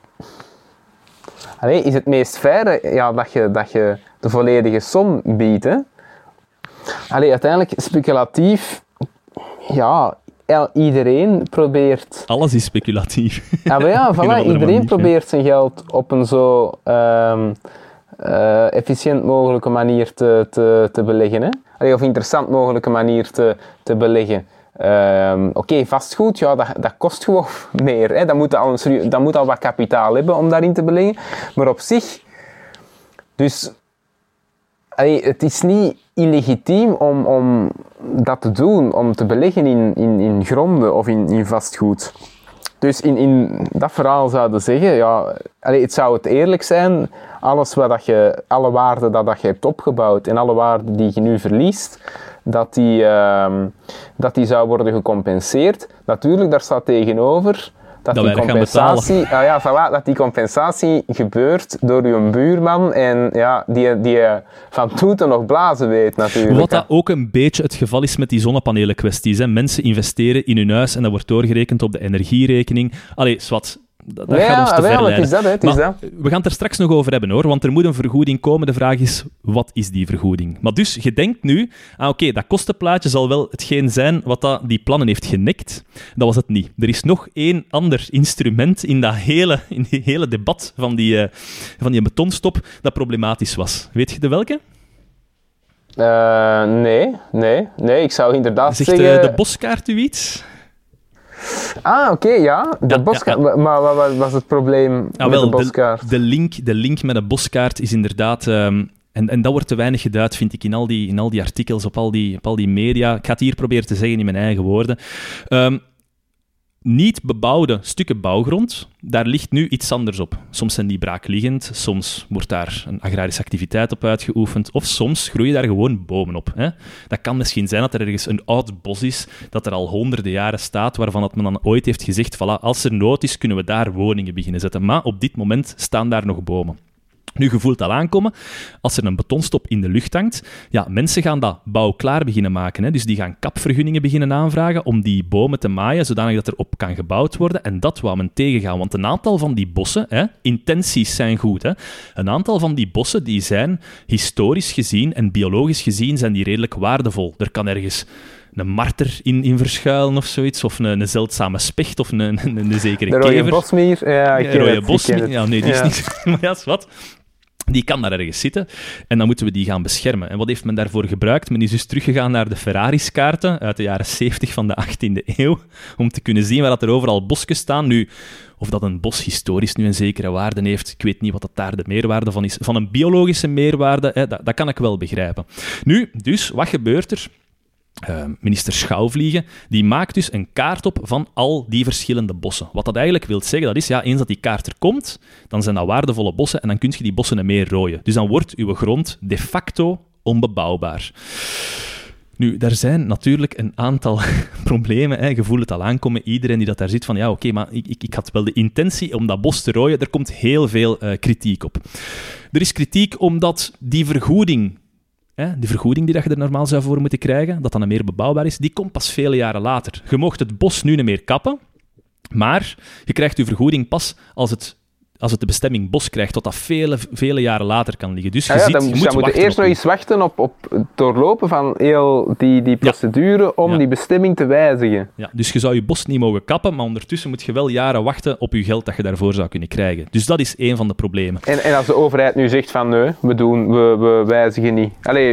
is het meest fair dat je de volledige som biedt. Hè? Uiteindelijk speculatief... Ja... Iedereen probeert... Alles is speculatief. Iedereen probeert zijn geld op een zo efficiënt mogelijke manier te beleggen. Hè? Of interessant mogelijke manier te beleggen. Vastgoed, dat kost gewoon meer. Hè? Dat moet al wat kapitaal hebben om daarin te beleggen. Maar op zich... Dus... het is niet illegitiem om dat te doen, om te beleggen in gronden of in vastgoed. Dus in dat verhaal zouden zeggen, het zou het eerlijk zijn, alle waarden dat je hebt opgebouwd en alle waarden die je nu verliest, dat die zou worden gecompenseerd. Natuurlijk, daar staat tegenover... Dat die compensatie gebeurt door uw buurman en die van toeten nog blazen weet natuurlijk. Wat dat ook een beetje het geval is met die zonnepanelen-kwesties. Hè. Mensen investeren in hun huis en dat wordt doorgerekend op de energierekening. Swat. Dat gaat ons te ver leiden. Het is dat. We gaan het er straks nog over hebben, hoor, want er moet een vergoeding komen. De vraag is, wat is die vergoeding? Maar dus, je denkt nu, dat kostenplaatje zal wel hetgeen zijn wat die plannen heeft genekt. Dat was het niet. Er is nog één ander instrument in die hele debat van die betonstop dat problematisch was. Weet je de welke? Nee, ik zou inderdaad zeggen... Zegt de boskaart u iets? De boskaart. Ja. Maar wat was het probleem met de boskaart? De link met de boskaart is inderdaad... En dat wordt te weinig geduid, vind ik, in al die artikels, op al die media. Ik ga het hier proberen te zeggen in mijn eigen woorden. Niet bebouwde stukken bouwgrond, daar ligt nu iets anders op. Soms zijn die braakliggend, soms wordt daar een agrarische activiteit op uitgeoefend, of soms groeien daar gewoon bomen op. Hè. Dat kan misschien zijn dat er ergens een oud bos is, dat er al honderden jaren staat, waarvan dat men dan ooit heeft gezegd, voilà, als er nood is, kunnen we daar woningen beginnen zetten. Maar op dit moment staan daar nog bomen. Nu, je voelt al aankomen, als er een betonstop in de lucht hangt, mensen gaan dat bouwklaar beginnen maken. Hè? Dus die gaan kapvergunningen beginnen aanvragen om die bomen te maaien, zodanig dat er op kan gebouwd worden. En dat wou men tegengaan, want een aantal van die bossen, intenties zijn goed, hè? Een aantal van die bossen die zijn historisch gezien en biologisch gezien zijn die redelijk waardevol. Er kan ergens een marter in verschuilen of zoiets, of een zeldzame specht, of een zekere kever. De rode bosmier. Ja, ik ken rode bosmier. Ja, nee, die is niet... Maar ja, is wat. Die kan daar ergens zitten en dan moeten we die gaan beschermen. En wat heeft men daarvoor gebruikt? Men is dus teruggegaan naar de Ferraris-kaarten uit de jaren 70 van de 18e eeuw, om te kunnen zien waar dat er overal bosjes staan. Nu, of dat een bos historisch nu een zekere waarde heeft, ik weet niet wat dat daar de meerwaarde van is. Van een biologische meerwaarde, dat kan ik wel begrijpen. Nu, dus, wat gebeurt er? Minister Schouwvliegen, die maakt dus een kaart op van al die verschillende bossen. Wat dat eigenlijk wil zeggen, dat is, eens dat die kaart er komt, dan zijn dat waardevolle bossen en dan kun je die bossen meer rooien. Dus dan wordt uw grond de facto onbebouwbaar. Nu, daar zijn natuurlijk een aantal problemen. Hè. Je voelt het al aankomen, iedereen die dat daar zit, van maar ik had wel de intentie om dat bos te rooien. Er komt heel veel kritiek op. Er is kritiek omdat die vergoeding... De vergoeding die je er normaal zou voor moeten krijgen, dat dan meer bebouwbaar is, die komt pas vele jaren later. Je mocht het bos nu niet meer kappen, maar je krijgt je vergoeding pas als het als het de bestemming bos krijgt, tot dat vele jaren later kan liggen. Dus dan moet je eerst nog eens wachten op het doorlopen van heel die procedure om die bestemming te wijzigen. Ja, dus je zou je bos niet mogen kappen, maar ondertussen moet je wel jaren wachten op je geld dat je daarvoor zou kunnen krijgen. Dus dat is één van de problemen. En als de overheid nu zegt van nee, we wijzigen niet.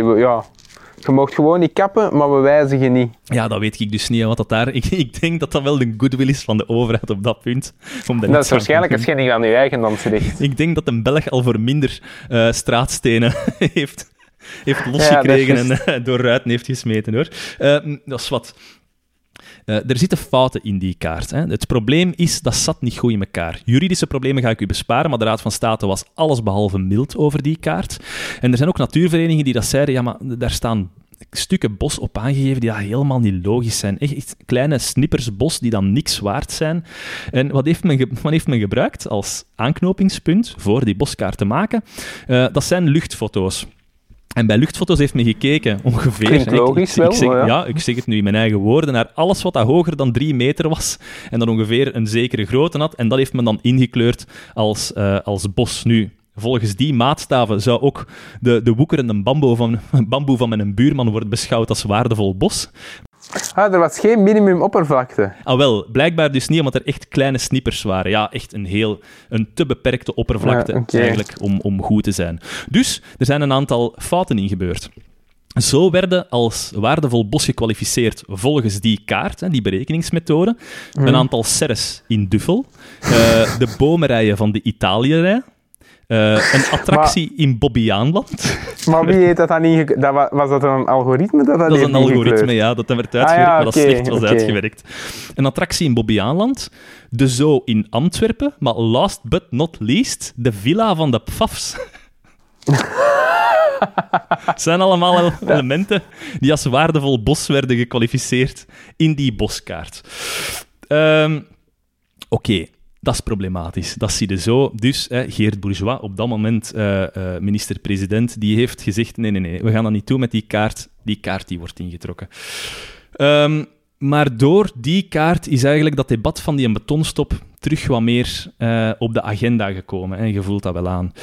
Je mag gewoon niet kappen, maar we wijzigen niet. Ja, dat weet ik dus niet, wat dat daar... Ik denk dat dat wel de goodwill is van de overheid op dat punt. Dat is waarschijnlijk een schending van uw eigendomsrecht. Ik denk dat een Belg al voor minder straatstenen heeft losgekregen en door ruiten heeft gesmeten, hoor. Dat is wat... er zitten fouten in die kaart. Hè. Het probleem is, dat zat niet goed in elkaar. Juridische problemen ga ik u besparen, maar de Raad van State was allesbehalve mild over die kaart. En er zijn ook natuurverenigingen die dat zeiden, ja, maar daar staan stukken bos op aangegeven die helemaal niet logisch zijn. Echt kleine snippers bos die dan niks waard zijn. En wat heeft men gebruikt als aanknopingspunt voor die boskaart te maken? Dat zijn luchtfoto's. En bij luchtfoto's heeft men gekeken ongeveer... Klinkt logisch ik zeg het nu in mijn eigen woorden, naar alles wat dat hoger dan 3 meter was en dan ongeveer een zekere grootte had. En dat heeft men dan ingekleurd als bos. Nu, volgens die maatstaven zou ook de woekerende bamboe van mijn buurman worden beschouwd als waardevol bos. Er was geen minimumoppervlakte. Wel, blijkbaar dus niet, omdat er echt kleine snippers waren. Ja, echt een te beperkte oppervlakte eigenlijk om goed te zijn. Dus, er zijn een aantal fouten in gebeurd. Zo werden als waardevol bos gekwalificeerd volgens die kaart, die berekeningsmethode, een aantal serres in Duffel, de bomenrijen van de Italiërij, een attractie in Bobbejaanland. Maar wie heeft dat dan ingekleurd? Was dat een algoritme? Dat is een algoritme, ja. Dat werd uitgewerkt, maar dat slecht was uitgewerkt. Een attractie in Bobbejaanland, de Zoo in Antwerpen, maar last but not least, de villa van de Pfafs. Het zijn allemaal elementen die als waardevol bos werden gekwalificeerd in die boskaart. Oké. Dat is problematisch. Dat zie je zo. Dus Geert Bourgeois, op dat moment minister-president, die heeft gezegd, nee, we gaan dat niet doen met die kaart. Die kaart die wordt ingetrokken. Maar door die kaart is eigenlijk dat debat van die betonstop terug wat meer op de agenda gekomen. En je voelt dat wel aan.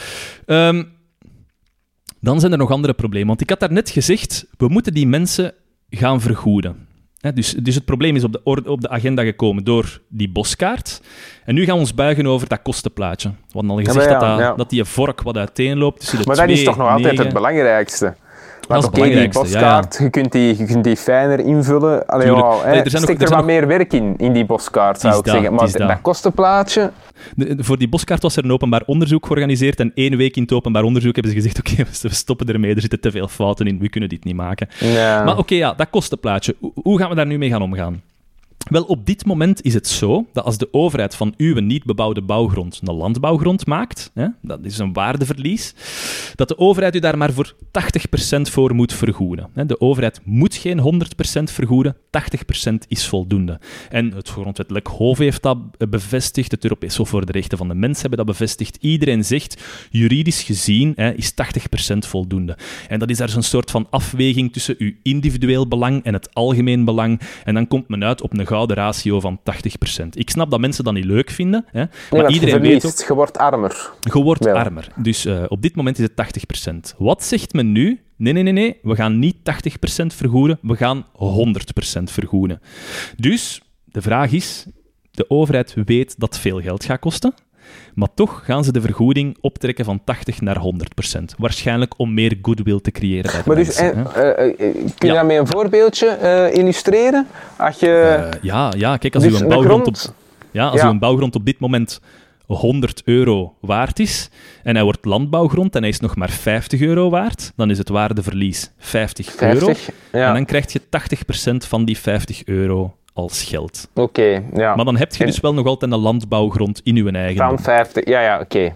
Dan zijn er nog andere problemen. Want ik had daarnet gezegd, we moeten die mensen gaan vergoeden. Dus het probleem is op de agenda gekomen door die boskaart. En nu gaan we ons buigen over dat kostenplaatje. We hadden al gezegd dat die vork wat uiteenloopt tussen de 2 Maar dat is toch nog altijd het belangrijkste? Want die boskaart, je kunt die fijner invullen. Er steekt er wat meer werk in die boskaart, zou ik zeggen. Maar dat kostenplaatje... Voor die boskaart was er een openbaar onderzoek georganiseerd en 1 week in het openbaar onderzoek hebben ze gezegd, oké, we stoppen ermee, er zitten te veel fouten in, we kunnen dit niet maken. Ja. Maar dat kostenplaatje, hoe gaan we daar nu mee gaan omgaan? Wel, op dit moment is het zo dat als de overheid van uw niet bebouwde bouwgrond een landbouwgrond maakt, dat is een waardeverlies, dat de overheid u daar maar voor 80% voor moet vergoeden. De overheid moet geen 100% vergoeden, 80% is voldoende. En het Grondwettelijk Hof heeft dat bevestigd, het Europees Hof voor de Rechten van de Mens hebben dat bevestigd. Iedereen zegt, juridisch gezien is 80% voldoende. En dat is daar zo'n soort van afweging tussen uw individueel belang en het algemeen belang. En dan komt men uit op een gouden ratio van 80%. Ik snap dat mensen dat niet leuk vinden, maar iedereen weet ook... Je wordt armer. Je wordt armer. Dus op dit moment is het 80%. Wat zegt men nu? Nee, we gaan niet 80% vergoeden, we gaan 100% vergoeden. Dus, de vraag is, de overheid weet dat veel geld gaat kosten, maar toch gaan ze de vergoeding optrekken van 80 naar 100%. Waarschijnlijk om meer goodwill te creëren bij de mensen. Kun je dat met een voorbeeldje illustreren? Kijk, als u een bouwgrond op dit moment €100 waard is en hij wordt landbouwgrond en hij is nog maar €50 waard, dan is het waardeverlies €50. En dan krijg je 80% van die €50 als geld. Oké. Maar dan heb je dus wel nog altijd een landbouwgrond in uw eigen. Van 50, oké.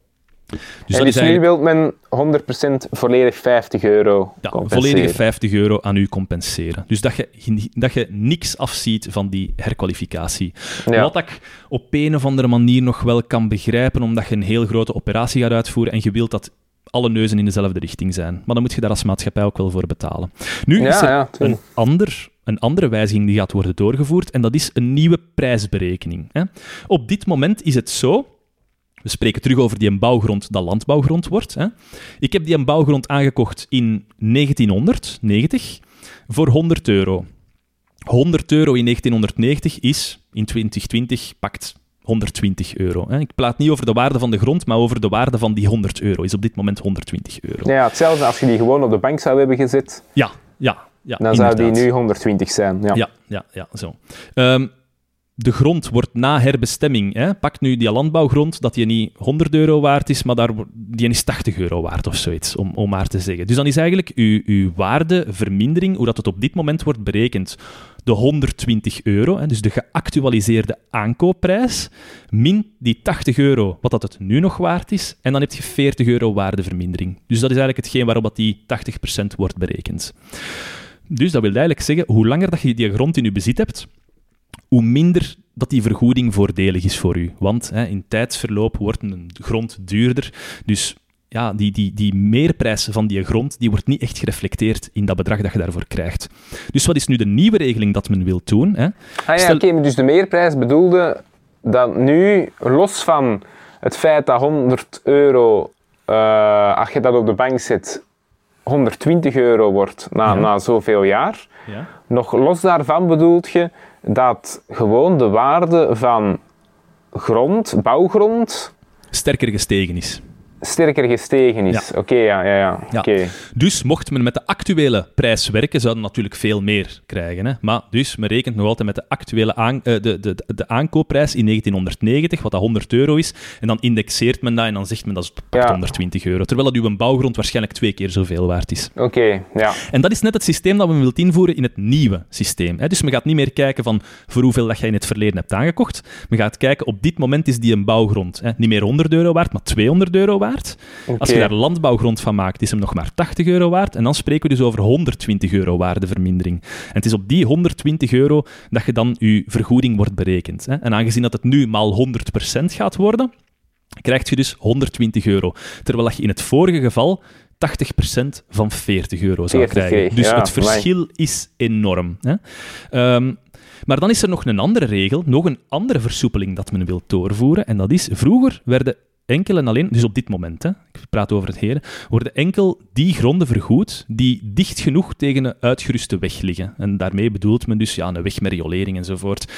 Dus nu wil men 100% volledig €50 compenseren. Volledige €50 aan u compenseren. Dus dat je niks afziet van die herkwalificatie. Ja. Wat ik op een of andere manier nog wel kan begrijpen, omdat je een heel grote operatie gaat uitvoeren en je wilt dat alle neuzen in dezelfde richting zijn. Maar dan moet je daar als maatschappij ook wel voor betalen. Nu is er een andere wijziging die gaat worden doorgevoerd en dat is een nieuwe prijsberekening. Op dit moment is het zo, We spreken terug over die bouwgrond dat landbouwgrond wordt. Hè. Ik heb die bouwgrond aangekocht in 1990 voor €100. €100 in 1990 is, in 2020, pakt €120. Hè. Ik praat niet over de waarde van de grond, maar over de waarde van die €100. Is op dit moment €120. Ja, hetzelfde als je die gewoon op de bank zou hebben gezet. Ja, dan inderdaad. Zou die nu 120 zijn. Ja, zo. De grond wordt na herbestemming, pak nu die landbouwgrond, dat die niet €100 waard is, maar die is €80 waard of zoiets, om maar te zeggen. Dus dan is eigenlijk uw waardevermindering, hoe dat het op dit moment wordt berekend, de €120, dus de geactualiseerde aankoopprijs, min die €80, wat dat het nu nog waard is, en dan heb je €40 waardevermindering. Dus dat is eigenlijk hetgeen waarop dat die 80% wordt berekend. Dus dat wil eigenlijk zeggen, hoe langer dat je die grond in je bezit hebt, hoe minder dat die vergoeding voordelig is voor u. Want in tijdsverloop wordt een grond duurder. Dus ja, die meerprijs van die grond die wordt niet echt gereflecteerd in dat bedrag dat je daarvoor krijgt. Dus wat is nu de nieuwe regeling dat men wil doen? Oké, dus de meerprijs bedoelde dat nu, los van het feit dat €100, als je dat op de bank zet, €120 wordt na zoveel jaar. Ja. Nog los daarvan bedoelt je dat gewoon de waarde van bouwgrond... sterker gestegen is. Ja. Oké, ja. Okay. Dus mocht men met de actuele prijs werken, zouden we natuurlijk veel meer krijgen. Hè? Maar dus, men rekent nog altijd met de actuele de aankoopprijs in 1990, wat dat €100 is, en dan indexeert men dat en dan zegt men dat is €120. Terwijl dat uw bouwgrond waarschijnlijk 2 keer zoveel waard is. Oké. En dat is net het systeem dat men wil invoeren in het nieuwe systeem. Hè? Dus men gaat niet meer kijken van voor hoeveel dat jij in het verleden hebt aangekocht. Men gaat kijken, op dit moment is die een bouwgrond niet meer €100 waard, maar €200 waard. Okay. Als je daar landbouwgrond van maakt, is hem nog maar €80 waard. En dan spreken we dus over €120 waardevermindering. En het is op die €120 dat je dan je vergoeding wordt berekend. Hè. En aangezien dat het nu maal 100% gaat worden, krijg je dus €120. Terwijl je in het vorige geval 80% van €40 zou krijgen. Dus het verschil is enorm. Hè. Maar dan is er nog een andere regel, nog een andere versoepeling dat men wil doorvoeren. En dat is, vroeger werden enkel en alleen, dus op dit moment, ik praat over het heden, worden enkel die gronden vergoed die dicht genoeg tegen een uitgeruste weg liggen. En daarmee bedoelt men dus een weg met riolering enzovoort.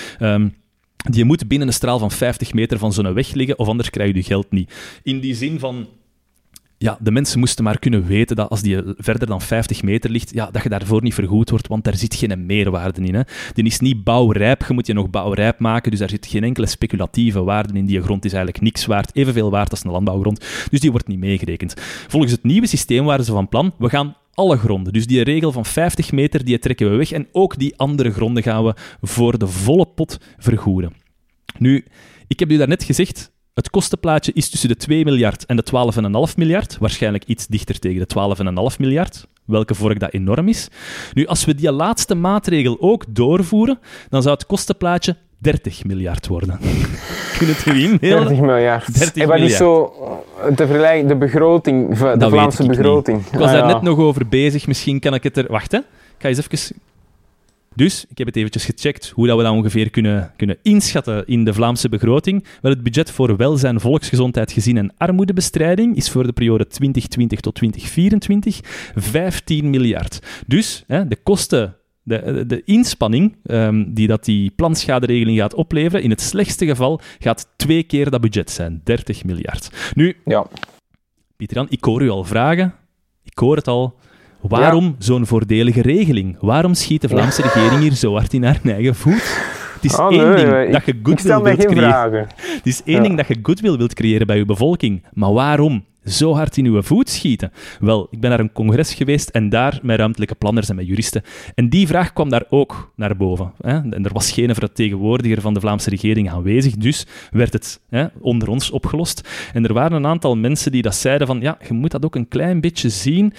Die moet binnen een straal van 50 meter van zo'n weg liggen, of anders krijg je je geld niet. In die zin van... Ja, de mensen moesten maar kunnen weten dat als die verder dan 50 meter ligt, dat je daarvoor niet vergoed wordt, want daar zit geen meerwaarde in. Hè. Die is niet bouwrijp, je moet je nog bouwrijp maken, dus daar zit geen enkele speculatieve waarde in. Die grond is eigenlijk niks waard, evenveel waard als een landbouwgrond, dus die wordt niet meegerekend. Volgens het nieuwe systeem waren ze van plan, we gaan alle gronden, dus die regel van 50 meter, die trekken we weg en ook die andere gronden gaan we voor de volle pot vergoeden. Nu, ik heb u daarnet gezegd, het kostenplaatje is tussen de 2 miljard en de 12,5 miljard. Waarschijnlijk iets dichter tegen de 12,5 miljard. Welke vork dat enorm is. Nu, als we die laatste maatregel ook doorvoeren, dan zou het kostenplaatje 30 miljard worden. Kun je het u inbeelden? 30 miljard. En wat is zo te vergelijken, de begroting, de Vlaamse begroting? Ik was daar net nog over bezig. Misschien kan ik het er... Wacht, hè. Ik ga eens even... Dus, ik heb het eventjes gecheckt hoe dat we dat ongeveer kunnen inschatten in de Vlaamse begroting. Wel, het budget voor welzijn, volksgezondheid, gezin en armoedebestrijding is voor de periode 2020 tot 2024 15 miljard. Dus, de kosten, de inspanning die dat die planschaderegeling gaat opleveren, in het slechtste geval gaat 2 keer dat budget zijn. 30 miljard. Nu, Pieter-Jan, ik hoor u al vragen. Ik hoor het al. Waarom zo'n voordelige regeling? Waarom schiet de Vlaamse regering hier zo hard in haar eigen voet? Het is één ding dat je goodwill wilt creëren. Het is één ding dat je goodwill wilt creëren bij je bevolking. Maar waarom zo hard in uw voet schieten? Wel, ik ben naar een congres geweest en daar met ruimtelijke planners en met juristen. En die vraag kwam daar ook naar boven. En er was geen vertegenwoordiger van de Vlaamse regering aanwezig, dus werd het onder ons opgelost. En er waren een aantal mensen die dat zeiden van, je moet dat ook een klein beetje zien...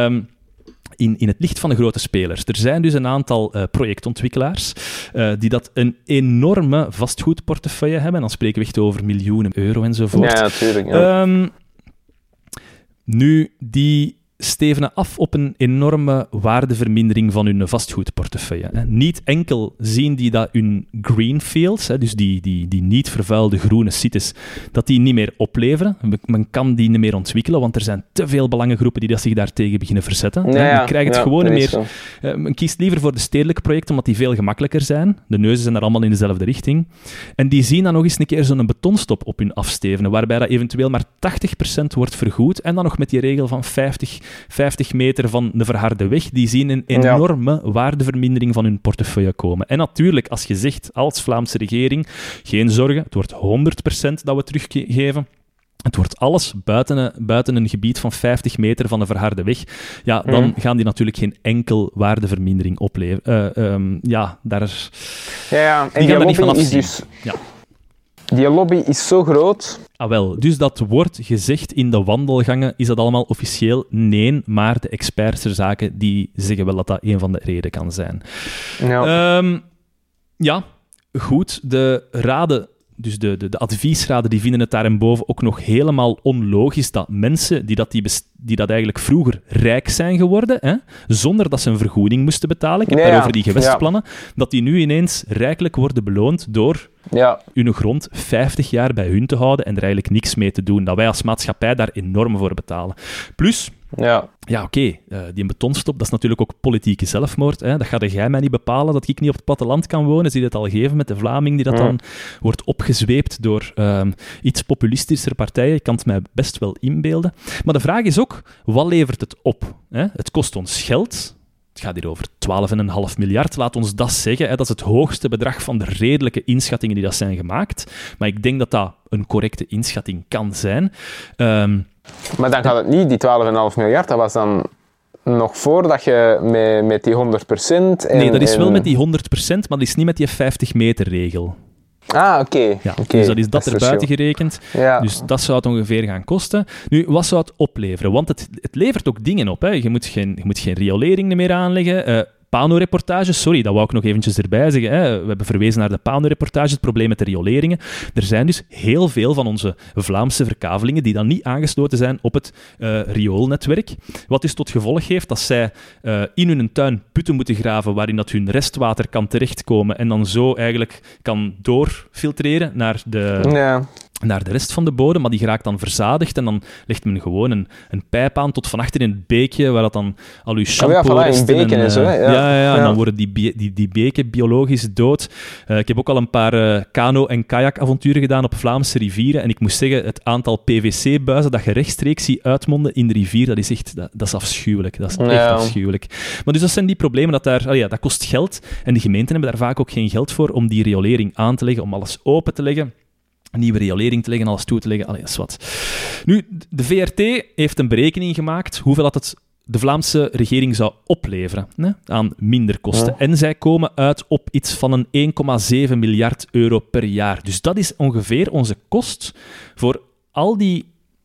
In het licht van de grote spelers. Er zijn dus een aantal projectontwikkelaars die dat een enorme vastgoedportefeuille hebben. En dan spreken we echt over miljoenen euro enzovoort. Ja, natuurlijk. Ja. Nu, die stevenen af op een enorme waardevermindering van hun vastgoedportefeuille. Niet enkel zien die dat hun greenfields, dus die niet vervuilde groene sites, dat die niet meer opleveren. Men kan die niet meer ontwikkelen, want er zijn te veel belangengroepen die dat zich daartegen beginnen verzetten. Men krijgt het gewoon meer... Men kiest liever voor de stedelijke projecten, omdat die veel gemakkelijker zijn. De neuzen zijn daar allemaal in dezelfde richting. En die zien dan nog eens een keer zo'n betonstop op hun afstevenen, waarbij dat eventueel maar 80% wordt vergoed, en dan nog met die regel van 50 meter van de verharde weg, die zien een enorme waardevermindering van hun portefeuille komen. En natuurlijk, als je zegt, als Vlaamse regering, geen zorgen, het wordt 100% dat we teruggeven. Het wordt alles buiten een gebied van 50 meter van de verharde weg. Ja, dan gaan die natuurlijk geen enkel waardevermindering opleveren. En die gaan er niet van afzien. Dus... Ja. Die lobby is zo groot. Wel, dus dat wordt gezegd in de wandelgangen, is dat allemaal officieel? Nee, maar de experts ter zake die zeggen wel dat dat een van de redenen kan zijn. Ja, goed. De raden, dus de adviesraden, die vinden het daarboven ook nog helemaal onlogisch dat mensen die dat eigenlijk vroeger rijk zijn geworden, zonder dat ze een vergoeding moesten betalen, ik heb daarover die gewestplannen, dat die nu ineens rijkelijk worden beloond door hun grond 50 jaar bij hun te houden en er eigenlijk niks mee te doen. Dat wij als maatschappij daar enorm voor betalen. Plus... die betonstop, dat is natuurlijk ook politieke zelfmoord. Dat ga jij mij niet bepalen, dat ik niet op het platteland kan wonen. Zie je het al geven met de Vlaming die dat dan wordt opgezweept door iets populistischer partijen. Ik kan het mij best wel inbeelden. Maar de vraag is ook, wat levert het op? Het kost ons geld. Het gaat hier over 12,5 miljard, laat ons dat zeggen. Dat is het hoogste bedrag van de redelijke inschattingen die dat zijn gemaakt. Maar ik denk dat dat een correcte inschatting kan zijn. Maar dan gaat het niet, die 12,5 miljard, dat was dan nog voordat je met die 100%... Nee, dat is wel met die 100%, maar dat is niet met die 50-meter-regel. Oké. Dus dat is erbuiten gerekend. Ja. Dus dat zou het ongeveer gaan kosten. Nu, wat zou het opleveren? Want het levert ook dingen op. Je moet geen riolering meer aanleggen. Pano-reportages, sorry, dat wou ik nog eventjes erbij zeggen. We hebben verwezen naar de Pano-reportages, het probleem met de rioleringen. Er zijn dus heel veel van onze Vlaamse verkavelingen die dan niet aangesloten zijn op het rioolnetwerk. Wat dus tot gevolg heeft dat zij in hun tuin putten moeten graven waarin dat hun restwater kan terechtkomen en dan zo eigenlijk kan doorfiltreren naar de rest van de bodem, maar die geraakt dan verzadigd en dan legt men gewoon een pijp aan tot van achter in het beekje, waar dat dan al uw shampoo-resten... en zo, en dan worden die beken biologisch dood. Ik heb ook al een paar kano- en kajakavonturen gedaan op Vlaamse rivieren en ik moet zeggen, het aantal PVC-buizen dat je rechtstreeks ziet uitmonden in de rivier, dat is echt... Dat is afschuwelijk. Dat is echt afschuwelijk. Maar dus dat zijn die problemen dat kost geld en de gemeenten hebben daar vaak ook geen geld voor om die riolering aan te leggen, om alles open te leggen. Een nieuwe riolering te leggen, alles toe te leggen. Dat is wat. Nu, de VRT heeft een berekening gemaakt hoeveel dat het de Vlaamse regering zou opleveren aan minder kosten. En zij komen uit op iets van een 1,7 miljard euro per jaar. Dus dat is ongeveer onze kost voor al die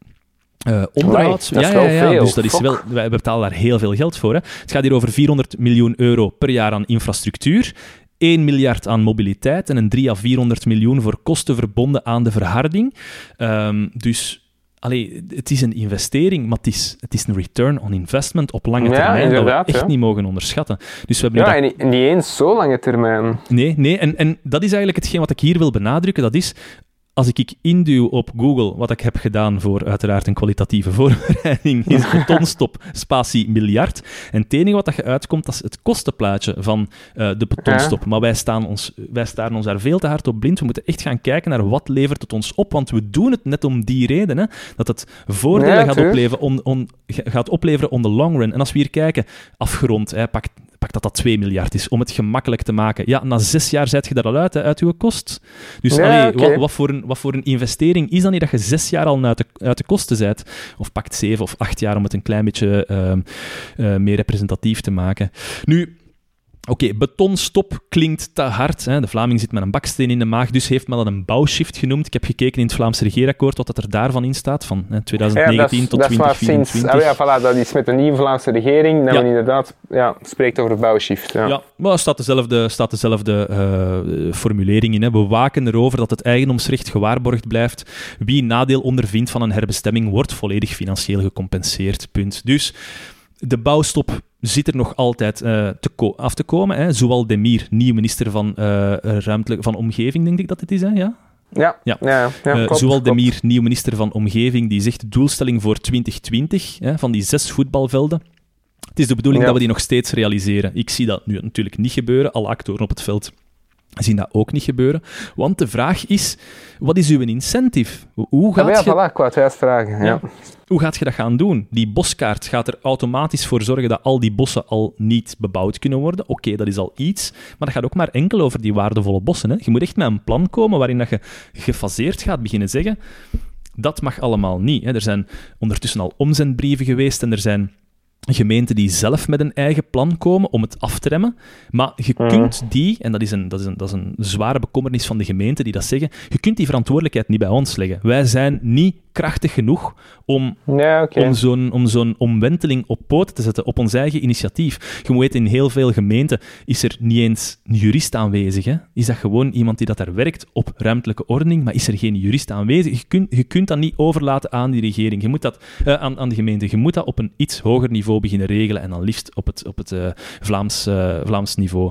onderhoud. Dat is wel veel. Dus dat is wel, wij betalen daar heel veel geld voor. Het gaat hier over 400 miljoen euro per jaar aan infrastructuur. 1 miljard aan mobiliteit en een 300 à 400 miljoen voor kosten verbonden aan de verharding. Dus het is een investering, maar het is een return on investment op lange termijn dat we echt niet mogen onderschatten. Dus we hebben en niet eens zo lange termijn. Nee. En dat is eigenlijk hetgeen wat ik hier wil benadrukken. Dat is... Als ik induw op Google, wat ik heb gedaan voor uiteraard een kwalitatieve voorbereiding, is betonstop, spatie miljard. En het enige wat je uitkomt, dat is het kostenplaatje van de betonstop. Maar wij staren ons daar veel te hard op blind. We moeten echt gaan kijken naar wat levert het ons op. Want we doen het net om die reden, dat het voordelen gaat opleveren on the long run. En als we hier kijken, afgerond, pak dat 2 miljard is, om het gemakkelijk te maken. Ja, na 6 jaar zijt je daar al uit uw kost. Dus wat voor een investering is dan niet dat je 6 jaar al uit de kosten bent? Of pakt 7 of 8 jaar om het een klein beetje meer representatief te maken. Nu, Oké, betonstop klinkt te hard. Hè. De Vlaming zit met een baksteen in de maag, dus heeft men dat een bouwshift genoemd. Ik heb gekeken in het Vlaams regeerakkoord wat er daarvan in staat, van 2019 tot 2024. Dat is met de nieuwe Vlaamse regering, dat men inderdaad spreekt over bouwshift. Ja, maar er staat dezelfde formulering in. Hè. We waken erover dat het eigendomsrecht gewaarborgd blijft. Wie nadeel ondervindt van een herbestemming, wordt volledig financieel gecompenseerd. Punt. Dus de bouwstop zit er nog altijd af te komen. Hè. Zowel Demir, nieuw minister van Omgeving, denk ik dat het is, hè? Ja. Zowel Demir, nieuw minister van Omgeving, die zegt doelstelling voor 2020 van die 6 voetbalvelden. Het is de bedoeling dat we die nog steeds realiseren. Ik zie dat nu natuurlijk niet gebeuren. Alle actoren op het veld zien dat ook niet gebeuren. Want de vraag is, wat is uw incentive? Hoe gaat Hoe gaat je dat gaan doen? Die boskaart gaat er automatisch voor zorgen dat al die bossen al niet bebouwd kunnen worden. Oké, dat is al iets. Maar dat gaat ook maar enkel over die waardevolle bossen. Hè? Je moet echt met een plan komen waarin dat je gefaseerd gaat beginnen zeggen, dat mag allemaal niet. Hè? Er zijn ondertussen al omzendbrieven geweest en er zijn gemeenten die zelf met een eigen plan komen om het af te remmen. Maar je kunt die, en dat is een zware bekommernis van de gemeente die dat zeggen, je kunt die verantwoordelijkheid niet bij ons leggen. Wij zijn niet krachtig genoeg om zo'n omwenteling op poten te zetten op ons eigen initiatief. Je moet weten, in heel veel gemeenten is er niet eens een jurist aanwezig. Hè? Is dat gewoon iemand die dat daar werkt op ruimtelijke ordening, maar is er geen jurist aanwezig? Je kunt dat niet overlaten aan die regering. Je moet dat, aan de gemeente. Je moet dat op een iets hoger niveau beginnen regelen en dan liefst op het Vlaams niveau.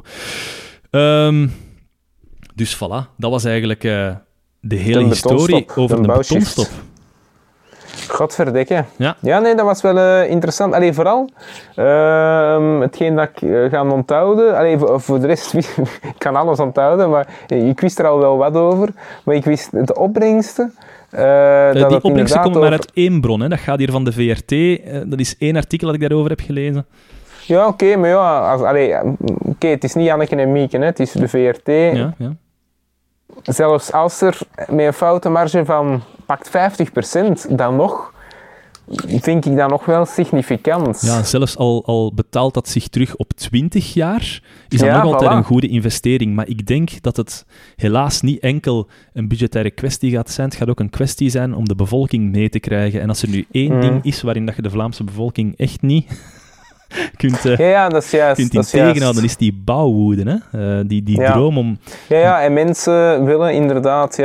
Dus voilà, dat was eigenlijk de hele historie over de betonstop. Godverdikke. Ja, nee, dat was wel interessant. Allee, vooral hetgeen dat ik ga onthouden. Voor de rest, ik kan alles onthouden, maar ik wist er al wel wat over. Maar ik wist de opbrengsten. Die opbrengsten komen maar uit één bron. Hè. Dat gaat hier van de VRT. Dat is 1 artikel dat ik daarover heb gelezen. Ja, oké, maar het is niet Anneke en Mieke, hè. Het is de VRT. Ja. Zelfs als er met een foutenmarge van pakt 50%, dan nog, vind ik dat nog wel significant. Ja, zelfs al betaalt dat zich terug op 20 jaar, is dat nog altijd een goede investering. Maar ik denk dat het helaas niet enkel een budgettaire kwestie gaat zijn. Het gaat ook een kwestie zijn om de bevolking mee te krijgen. En als er nu één ding is waarin dat je de Vlaamse bevolking echt niet kunt tegenhouden, dan is die bouwwoede, hè? Die droom om... Ja, en mensen willen inderdaad,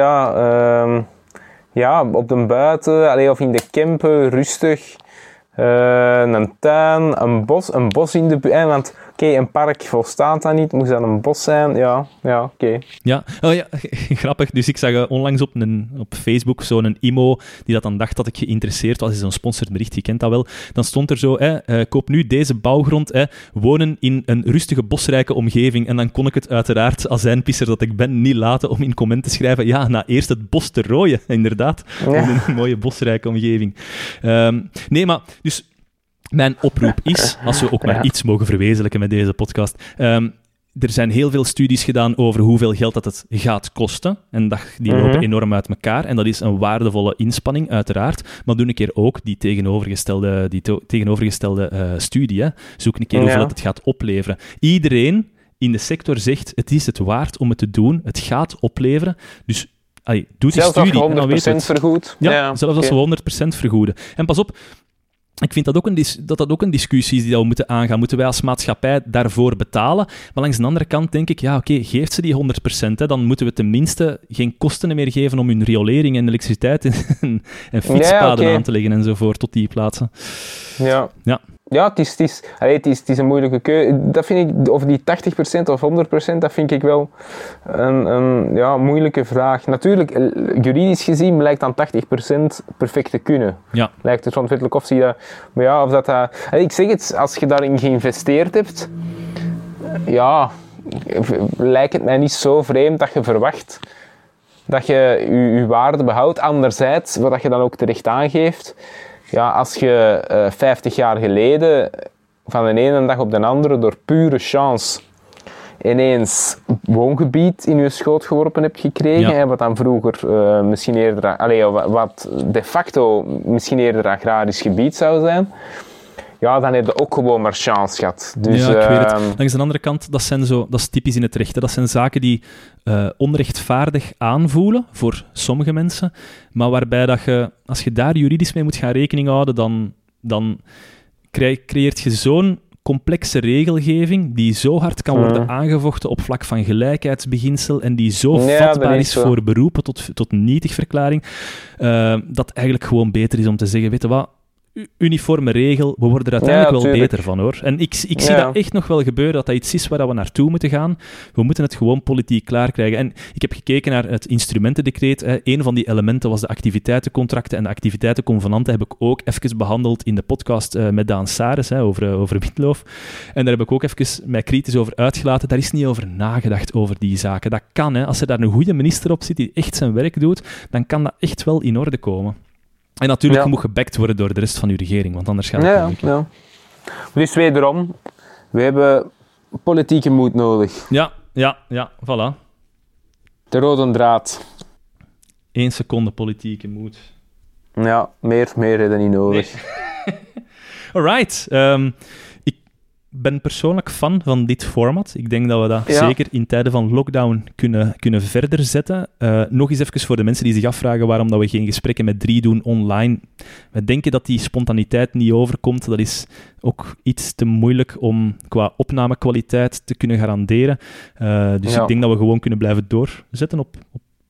op de buiten, of in de campen, rustig, een tuin, een bos in de buurt. Want een park volstaat dat niet, moest dat een bos zijn? Ja, oké. Ja, grappig. Dus ik zag onlangs op Facebook zo'n imo die dat dan dacht dat ik geïnteresseerd was. Dat is een sponsored bericht, je kent dat wel. Dan stond er zo, koop nu deze bouwgrond, wonen in een rustige bosrijke omgeving. En dan kon ik het uiteraard, als eindpisser dat ik ben, niet laten om in comment te schrijven, na eerst het bos te rooien, inderdaad. Ja. In een mooie bosrijke omgeving. Nee, maar... Dus mijn oproep is, als we ook maar iets mogen verwezenlijken met deze podcast, er zijn heel veel studies gedaan over hoeveel geld dat het gaat kosten. En die lopen enorm uit elkaar. En dat is een waardevolle inspanning, uiteraard. Maar doe een keer ook die tegenovergestelde studie. Hè. Zoek een keer hoeveel het gaat opleveren. Iedereen in de sector zegt, het is het waard om het te doen. Het gaat opleveren. Dus doe die studie. Zelfs als je 100% vergoed. Ja, zelfs als we 100% vergoeden. En pas op, ik vind dat ook een discussie is die we moeten aangaan. Moeten wij als maatschappij daarvoor betalen? Maar langs de andere kant denk ik, geeft ze die 100%, dan moeten we tenminste geen kosten meer geven om hun riolering en elektriciteit en fietspaden aan te leggen enzovoort tot die plaatsen. Ja. Ja, het is een moeilijke keuze. Dat vind ik, of die 80% of 100%, dat vind ik wel een moeilijke vraag. Natuurlijk, juridisch gezien lijkt dan 80% perfect te kunnen. Ja. Lijkt het grondwettelijk of zie je... Maar of dat... Ik zeg het, als je daarin geïnvesteerd hebt, lijkt het mij niet zo vreemd dat je verwacht dat je je waarde behoudt. Anderzijds, wat je dan ook terecht aangeeft... Ja, als je 50 jaar geleden van de ene dag op de andere door pure chance ineens woongebied in je schoot geworpen hebt gekregen, wat dan vroeger misschien eerder, wat de facto misschien eerder agrarisch gebied zou zijn, ja, dan heb je ook gewoon maar chance gehad. Dus, ja, ik weet het. Langs de andere kant, dat is typisch in het recht. Hè. Dat zijn zaken die onrechtvaardig aanvoelen voor sommige mensen, maar waarbij dat je, als je daar juridisch mee moet gaan rekening houden, dan creëert je zo'n complexe regelgeving die zo hard kan worden aangevochten op vlak van gelijkheidsbeginsel en die zo vatbaar is voor beroepen tot nietigverklaring, dat eigenlijk gewoon beter is om te zeggen, weet je wat, uniforme regel, we worden er uiteindelijk wel beter van, hoor. En ik zie dat echt nog wel gebeuren, dat iets is waar we naartoe moeten gaan. We moeten het gewoon politiek klaar krijgen. En ik heb gekeken naar het instrumentendecreet. Een van die elementen was de activiteitencontracten en de activiteitenconvenanten heb ik ook even behandeld in de podcast met Daan Sares over Witloof. En daar heb ik ook even mij kritisch over uitgelaten. Daar is niet over nagedacht over die zaken. Dat kan, als er daar een goede minister op zit die echt zijn werk doet, dan kan dat echt wel in orde komen. En natuurlijk, je moet gebackt worden door de rest van je regering, want anders gaat het niet lukken. Dus wederom, we hebben politieke moed nodig. Ja, voilà. De rode draad. 1 seconde politieke moed. Ja, meer heb je niet nodig. Nee. Alright. Ik ben persoonlijk fan van dit format. Ik denk dat we dat zeker in tijden van lockdown kunnen verder zetten. Nog eens even voor de mensen die zich afvragen waarom dat we geen gesprekken met 3 doen online. We denken dat die spontaniteit niet overkomt. Dat is ook iets te moeilijk om qua opnamekwaliteit te kunnen garanderen. Dus ik denk dat we gewoon kunnen blijven doorzetten op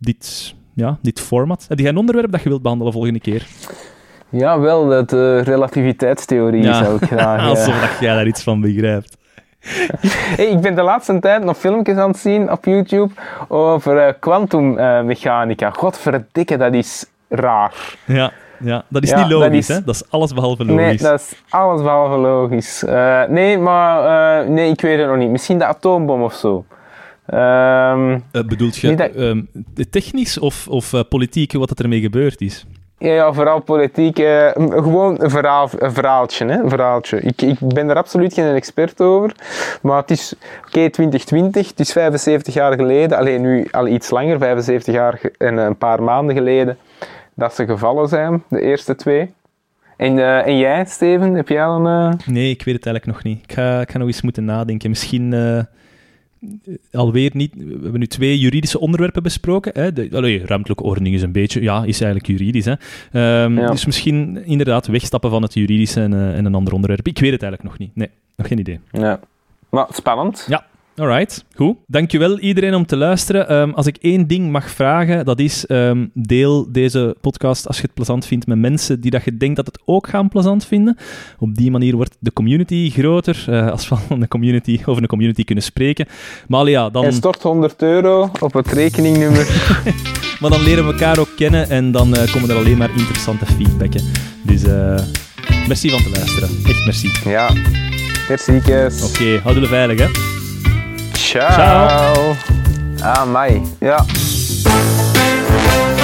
dit format. Heb jij een onderwerp dat je wilt behandelen volgende keer? Ja, wel, de relativiteitstheorie zou ik graag... Alsof jij daar iets van begrijpt. Hey, ik ben de laatste tijd nog filmpjes aan het zien op YouTube over kwantummechanica. Godverdikke, dat is raar. Ja, dat is niet logisch, hè? Dat is allesbehalve logisch. Nee, dat is allesbehalve logisch. Nee, ik weet het nog niet. Misschien de atoombom of zo. Bedoelt je technisch of politiek wat ermee gebeurd is? Ja, vooral politiek. Gewoon een verhaaltje. Hè? Een verhaaltje. Ik ben er absoluut geen expert over. Maar het is 2020. Het is 75 jaar geleden. Alleen nu al iets langer. 75 jaar en een paar maanden geleden. Dat ze gevallen zijn. De eerste 2. En jij, Steven? Heb jij al een... Nee, ik weet het eigenlijk nog niet. Ik ga nog eens moeten nadenken. Misschien... alweer niet... We hebben nu 2 juridische onderwerpen besproken. Hè? Ruimtelijke ordening is een beetje... Ja, is eigenlijk juridisch. Hè? Dus misschien inderdaad wegstappen van het juridische en een ander onderwerp. Ik weet het eigenlijk nog niet. Nee, nog geen idee. Ja. Maar spannend. Ja. Alright, goed. Dankjewel iedereen om te luisteren. Als ik 1 ding mag vragen, dat is deel deze podcast als je het plezant vindt met mensen die dat je denkt dat het ook gaan plezant vinden. Op die manier wordt de community groter, als we over een community kunnen spreken. Maar ja, dan... En stort €100 op het rekeningnummer. Maar dan leren we elkaar ook kennen en dan komen er alleen maar interessante feedbacken. Dus merci van te luisteren. Echt merci. Ja, merci. Oké, houden we veilig, hè. Ciao. Amai. Ja.